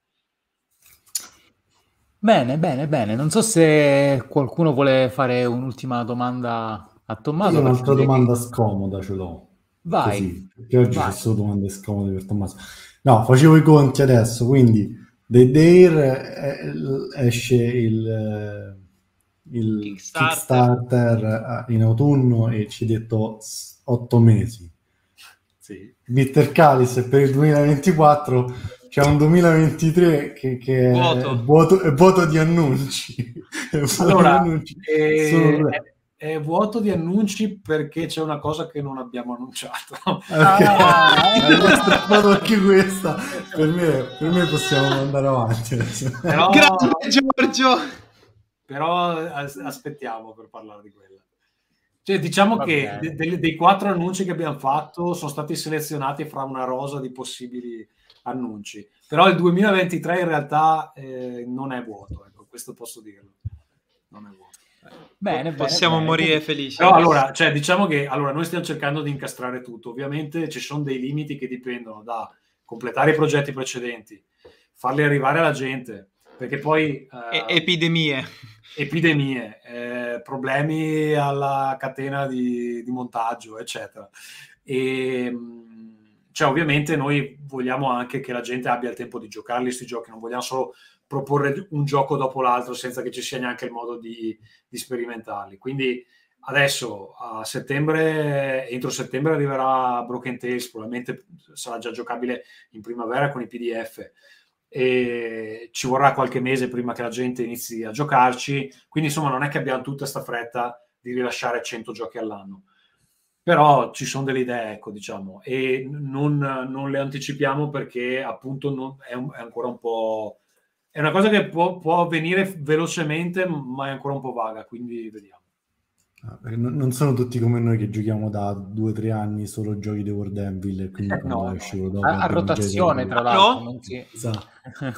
Bene, bene, bene. Non so se qualcuno vuole fare un'ultima domanda a Tommaso. Io un'altra domanda che... scomoda ce l'ho. Vai. Così, perché oggi vai. c'è solo domande scomode per Tommaso. No, facevo i conti adesso, quindi The Dare eh, esce il, il Kickstarter. Kickstarter in autunno e ci hai detto otto mesi. Sì. Bitter Calis per il duemilaventiquattro, c'è un duemilaventitré che, che vuoto. È, vuoto, è vuoto di annunci. È vuoto allora, di annunci. Eh, è, è vuoto di annunci perché c'è una cosa che non abbiamo annunciato. Okay. Ah, anche questa. Per me, per me possiamo andare avanti. Però, grazie Giorgio. Però aspettiamo per parlare di quella. Cioè, diciamo Va che de- de- dei quattro annunci che abbiamo fatto sono stati selezionati fra una rosa di possibili annunci. Però il duemilaventitré in realtà eh, non è vuoto, ecco, questo posso dirlo. Non è vuoto. Bene, possiamo bene, morire bene. felici. Però allora, cioè, diciamo che allora, noi stiamo cercando di incastrare tutto. Ovviamente ci sono dei limiti che dipendono da completare i progetti precedenti, farli arrivare alla gente, perché poi e- epidemie epidemie, eh, problemi alla catena di, di montaggio, eccetera. E cioè, ovviamente noi vogliamo anche che la gente abbia il tempo di giocarli questi giochi, non vogliamo solo proporre un gioco dopo l'altro senza che ci sia neanche il modo di, di sperimentarli. Quindi adesso a settembre, entro settembre arriverà Broken Tales, probabilmente sarà già giocabile in primavera con i P D F. e ci vorrà qualche mese prima che la gente inizi a giocarci, quindi insomma non è che abbiamo tutta sta fretta di rilasciare cento giochi all'anno, però ci sono delle idee, ecco, diciamo, e non, non le anticipiamo perché appunto non, è, un, è ancora un po'... è una cosa che può, può avvenire velocemente, ma è ancora un po' vaga, quindi vediamo. Ah, perché non non sono tutti come noi che giochiamo da due o tre anni solo giochi di World Anvil e quindi quando No, esce no. dopo A, a abbiamo già rotazione, idea. tra l'altro. No? Non si... Esatto.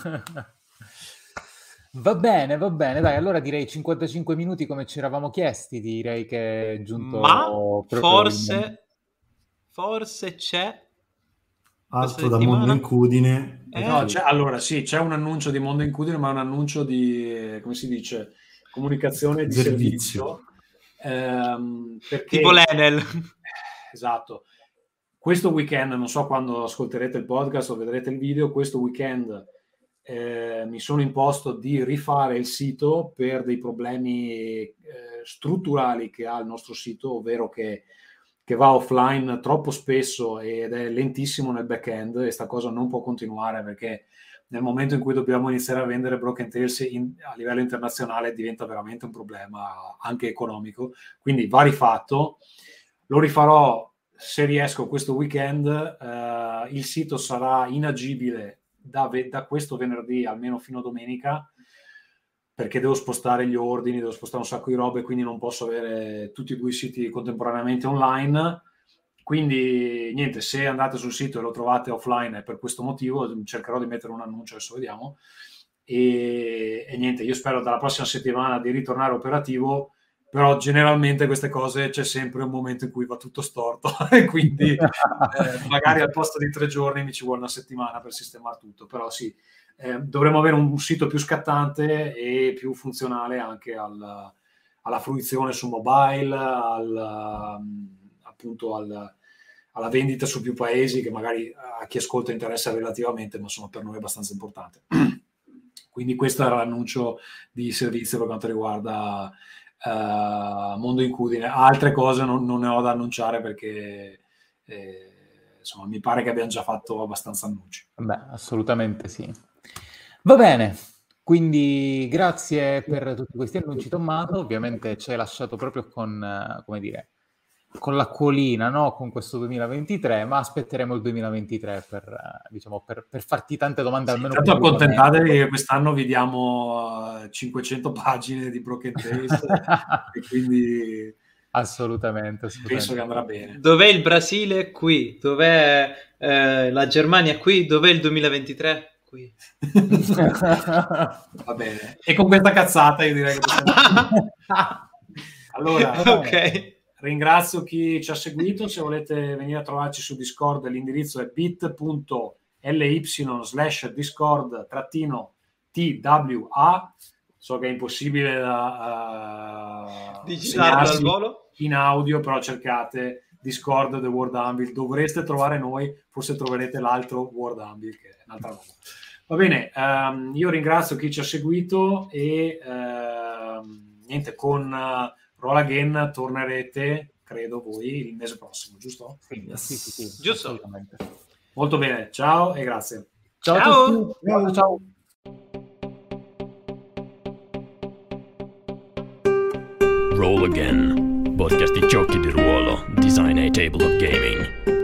Va bene, va bene, dai, allora direi cinquantacinque minuti come ci eravamo chiesti, direi che è giunto Ma proprio il momento. forse, forse c'è Altro questa da settimana? Mondo Incudine. Eh? No, c'è, allora sì, c'è un annuncio di Mondo Incudine, ma è un annuncio di, eh, come si dice, comunicazione di Servizio. servizio. Ehm, perché, Tipo l'Enel. esatto. Questo weekend, non so quando ascolterete il podcast o vedrete il video, questo weekend eh, mi sono imposto di rifare il sito per dei problemi eh, strutturali che ha il nostro sito, ovvero che che va offline troppo spesso ed è lentissimo nel back-end, e sta cosa non può continuare perché nel momento in cui dobbiamo iniziare a vendere Broken Tales in, a livello internazionale diventa veramente un problema anche economico, quindi va rifatto, lo rifarò se riesco questo weekend, eh, il sito sarà inagibile da, ve- da questo venerdì almeno fino a domenica, perché devo spostare gli ordini, devo spostare un sacco di robe, quindi non posso avere tutti e due i siti contemporaneamente online. Quindi niente, se andate sul sito e lo trovate offline è per questo motivo, cercherò di mettere un annuncio, adesso vediamo. E, e niente, io spero dalla prossima settimana di ritornare operativo, però generalmente queste cose c'è sempre un momento in cui va tutto storto e quindi eh, magari al posto di tre giorni mi ci vuole una settimana per sistemare tutto, però sì. Eh, dovremmo avere un, un sito più scattante e più funzionale anche al, alla fruizione su mobile, al, appunto al, alla vendita su più paesi, che magari a chi ascolta interessa relativamente, ma sono per noi abbastanza importante. Quindi questo era l'annuncio di servizio per quanto riguarda uh, Mondo Incudine. Altre cose non, non ne ho da annunciare perché eh, insomma mi pare che abbiamo già fatto abbastanza annunci. Beh, assolutamente sì. Va bene, quindi grazie per tutti questi annunci, Tommaso. Ovviamente ci hai lasciato proprio con, eh, come dire, con l'acquolina, no? Con questo duemilaventitré, ma aspetteremo il duemilaventitré per, eh, diciamo, per, per farti tante domande. Sì, almeno tanto accontentatevi che quest'anno vi diamo cinquecento pagine di Broken Tales e quindi assolutamente, assolutamente penso che andrà bene. Dov'è il Brasile? Qui. Dov'è eh, la Germania? Qui. Dov'è il duemilaventitré? Qui. Va bene, e con questa cazzata io direi che possiamo... allora ok, ringrazio chi ci ha seguito. Se volete venire a trovarci su Discord, l'indirizzo è bit.ly slash discord trattino twa. So che è impossibile da uh, digitarlo al volo in audio, però cercate Discord The World Anvil, dovreste trovare noi, forse troverete l'altro World Anvil che è un'altra roba. Va bene, um, io ringrazio chi ci ha seguito e uh, niente, con uh, Roll Again tornerete, credo voi, il mese prossimo, giusto? Sì, sì, sì, sì, giusto. assolutamente. Molto bene, ciao e grazie. Ciao, ciao a tutti. Ciao, ciao. Roll Again, podcast di giochi di ruolo, design a table of gaming.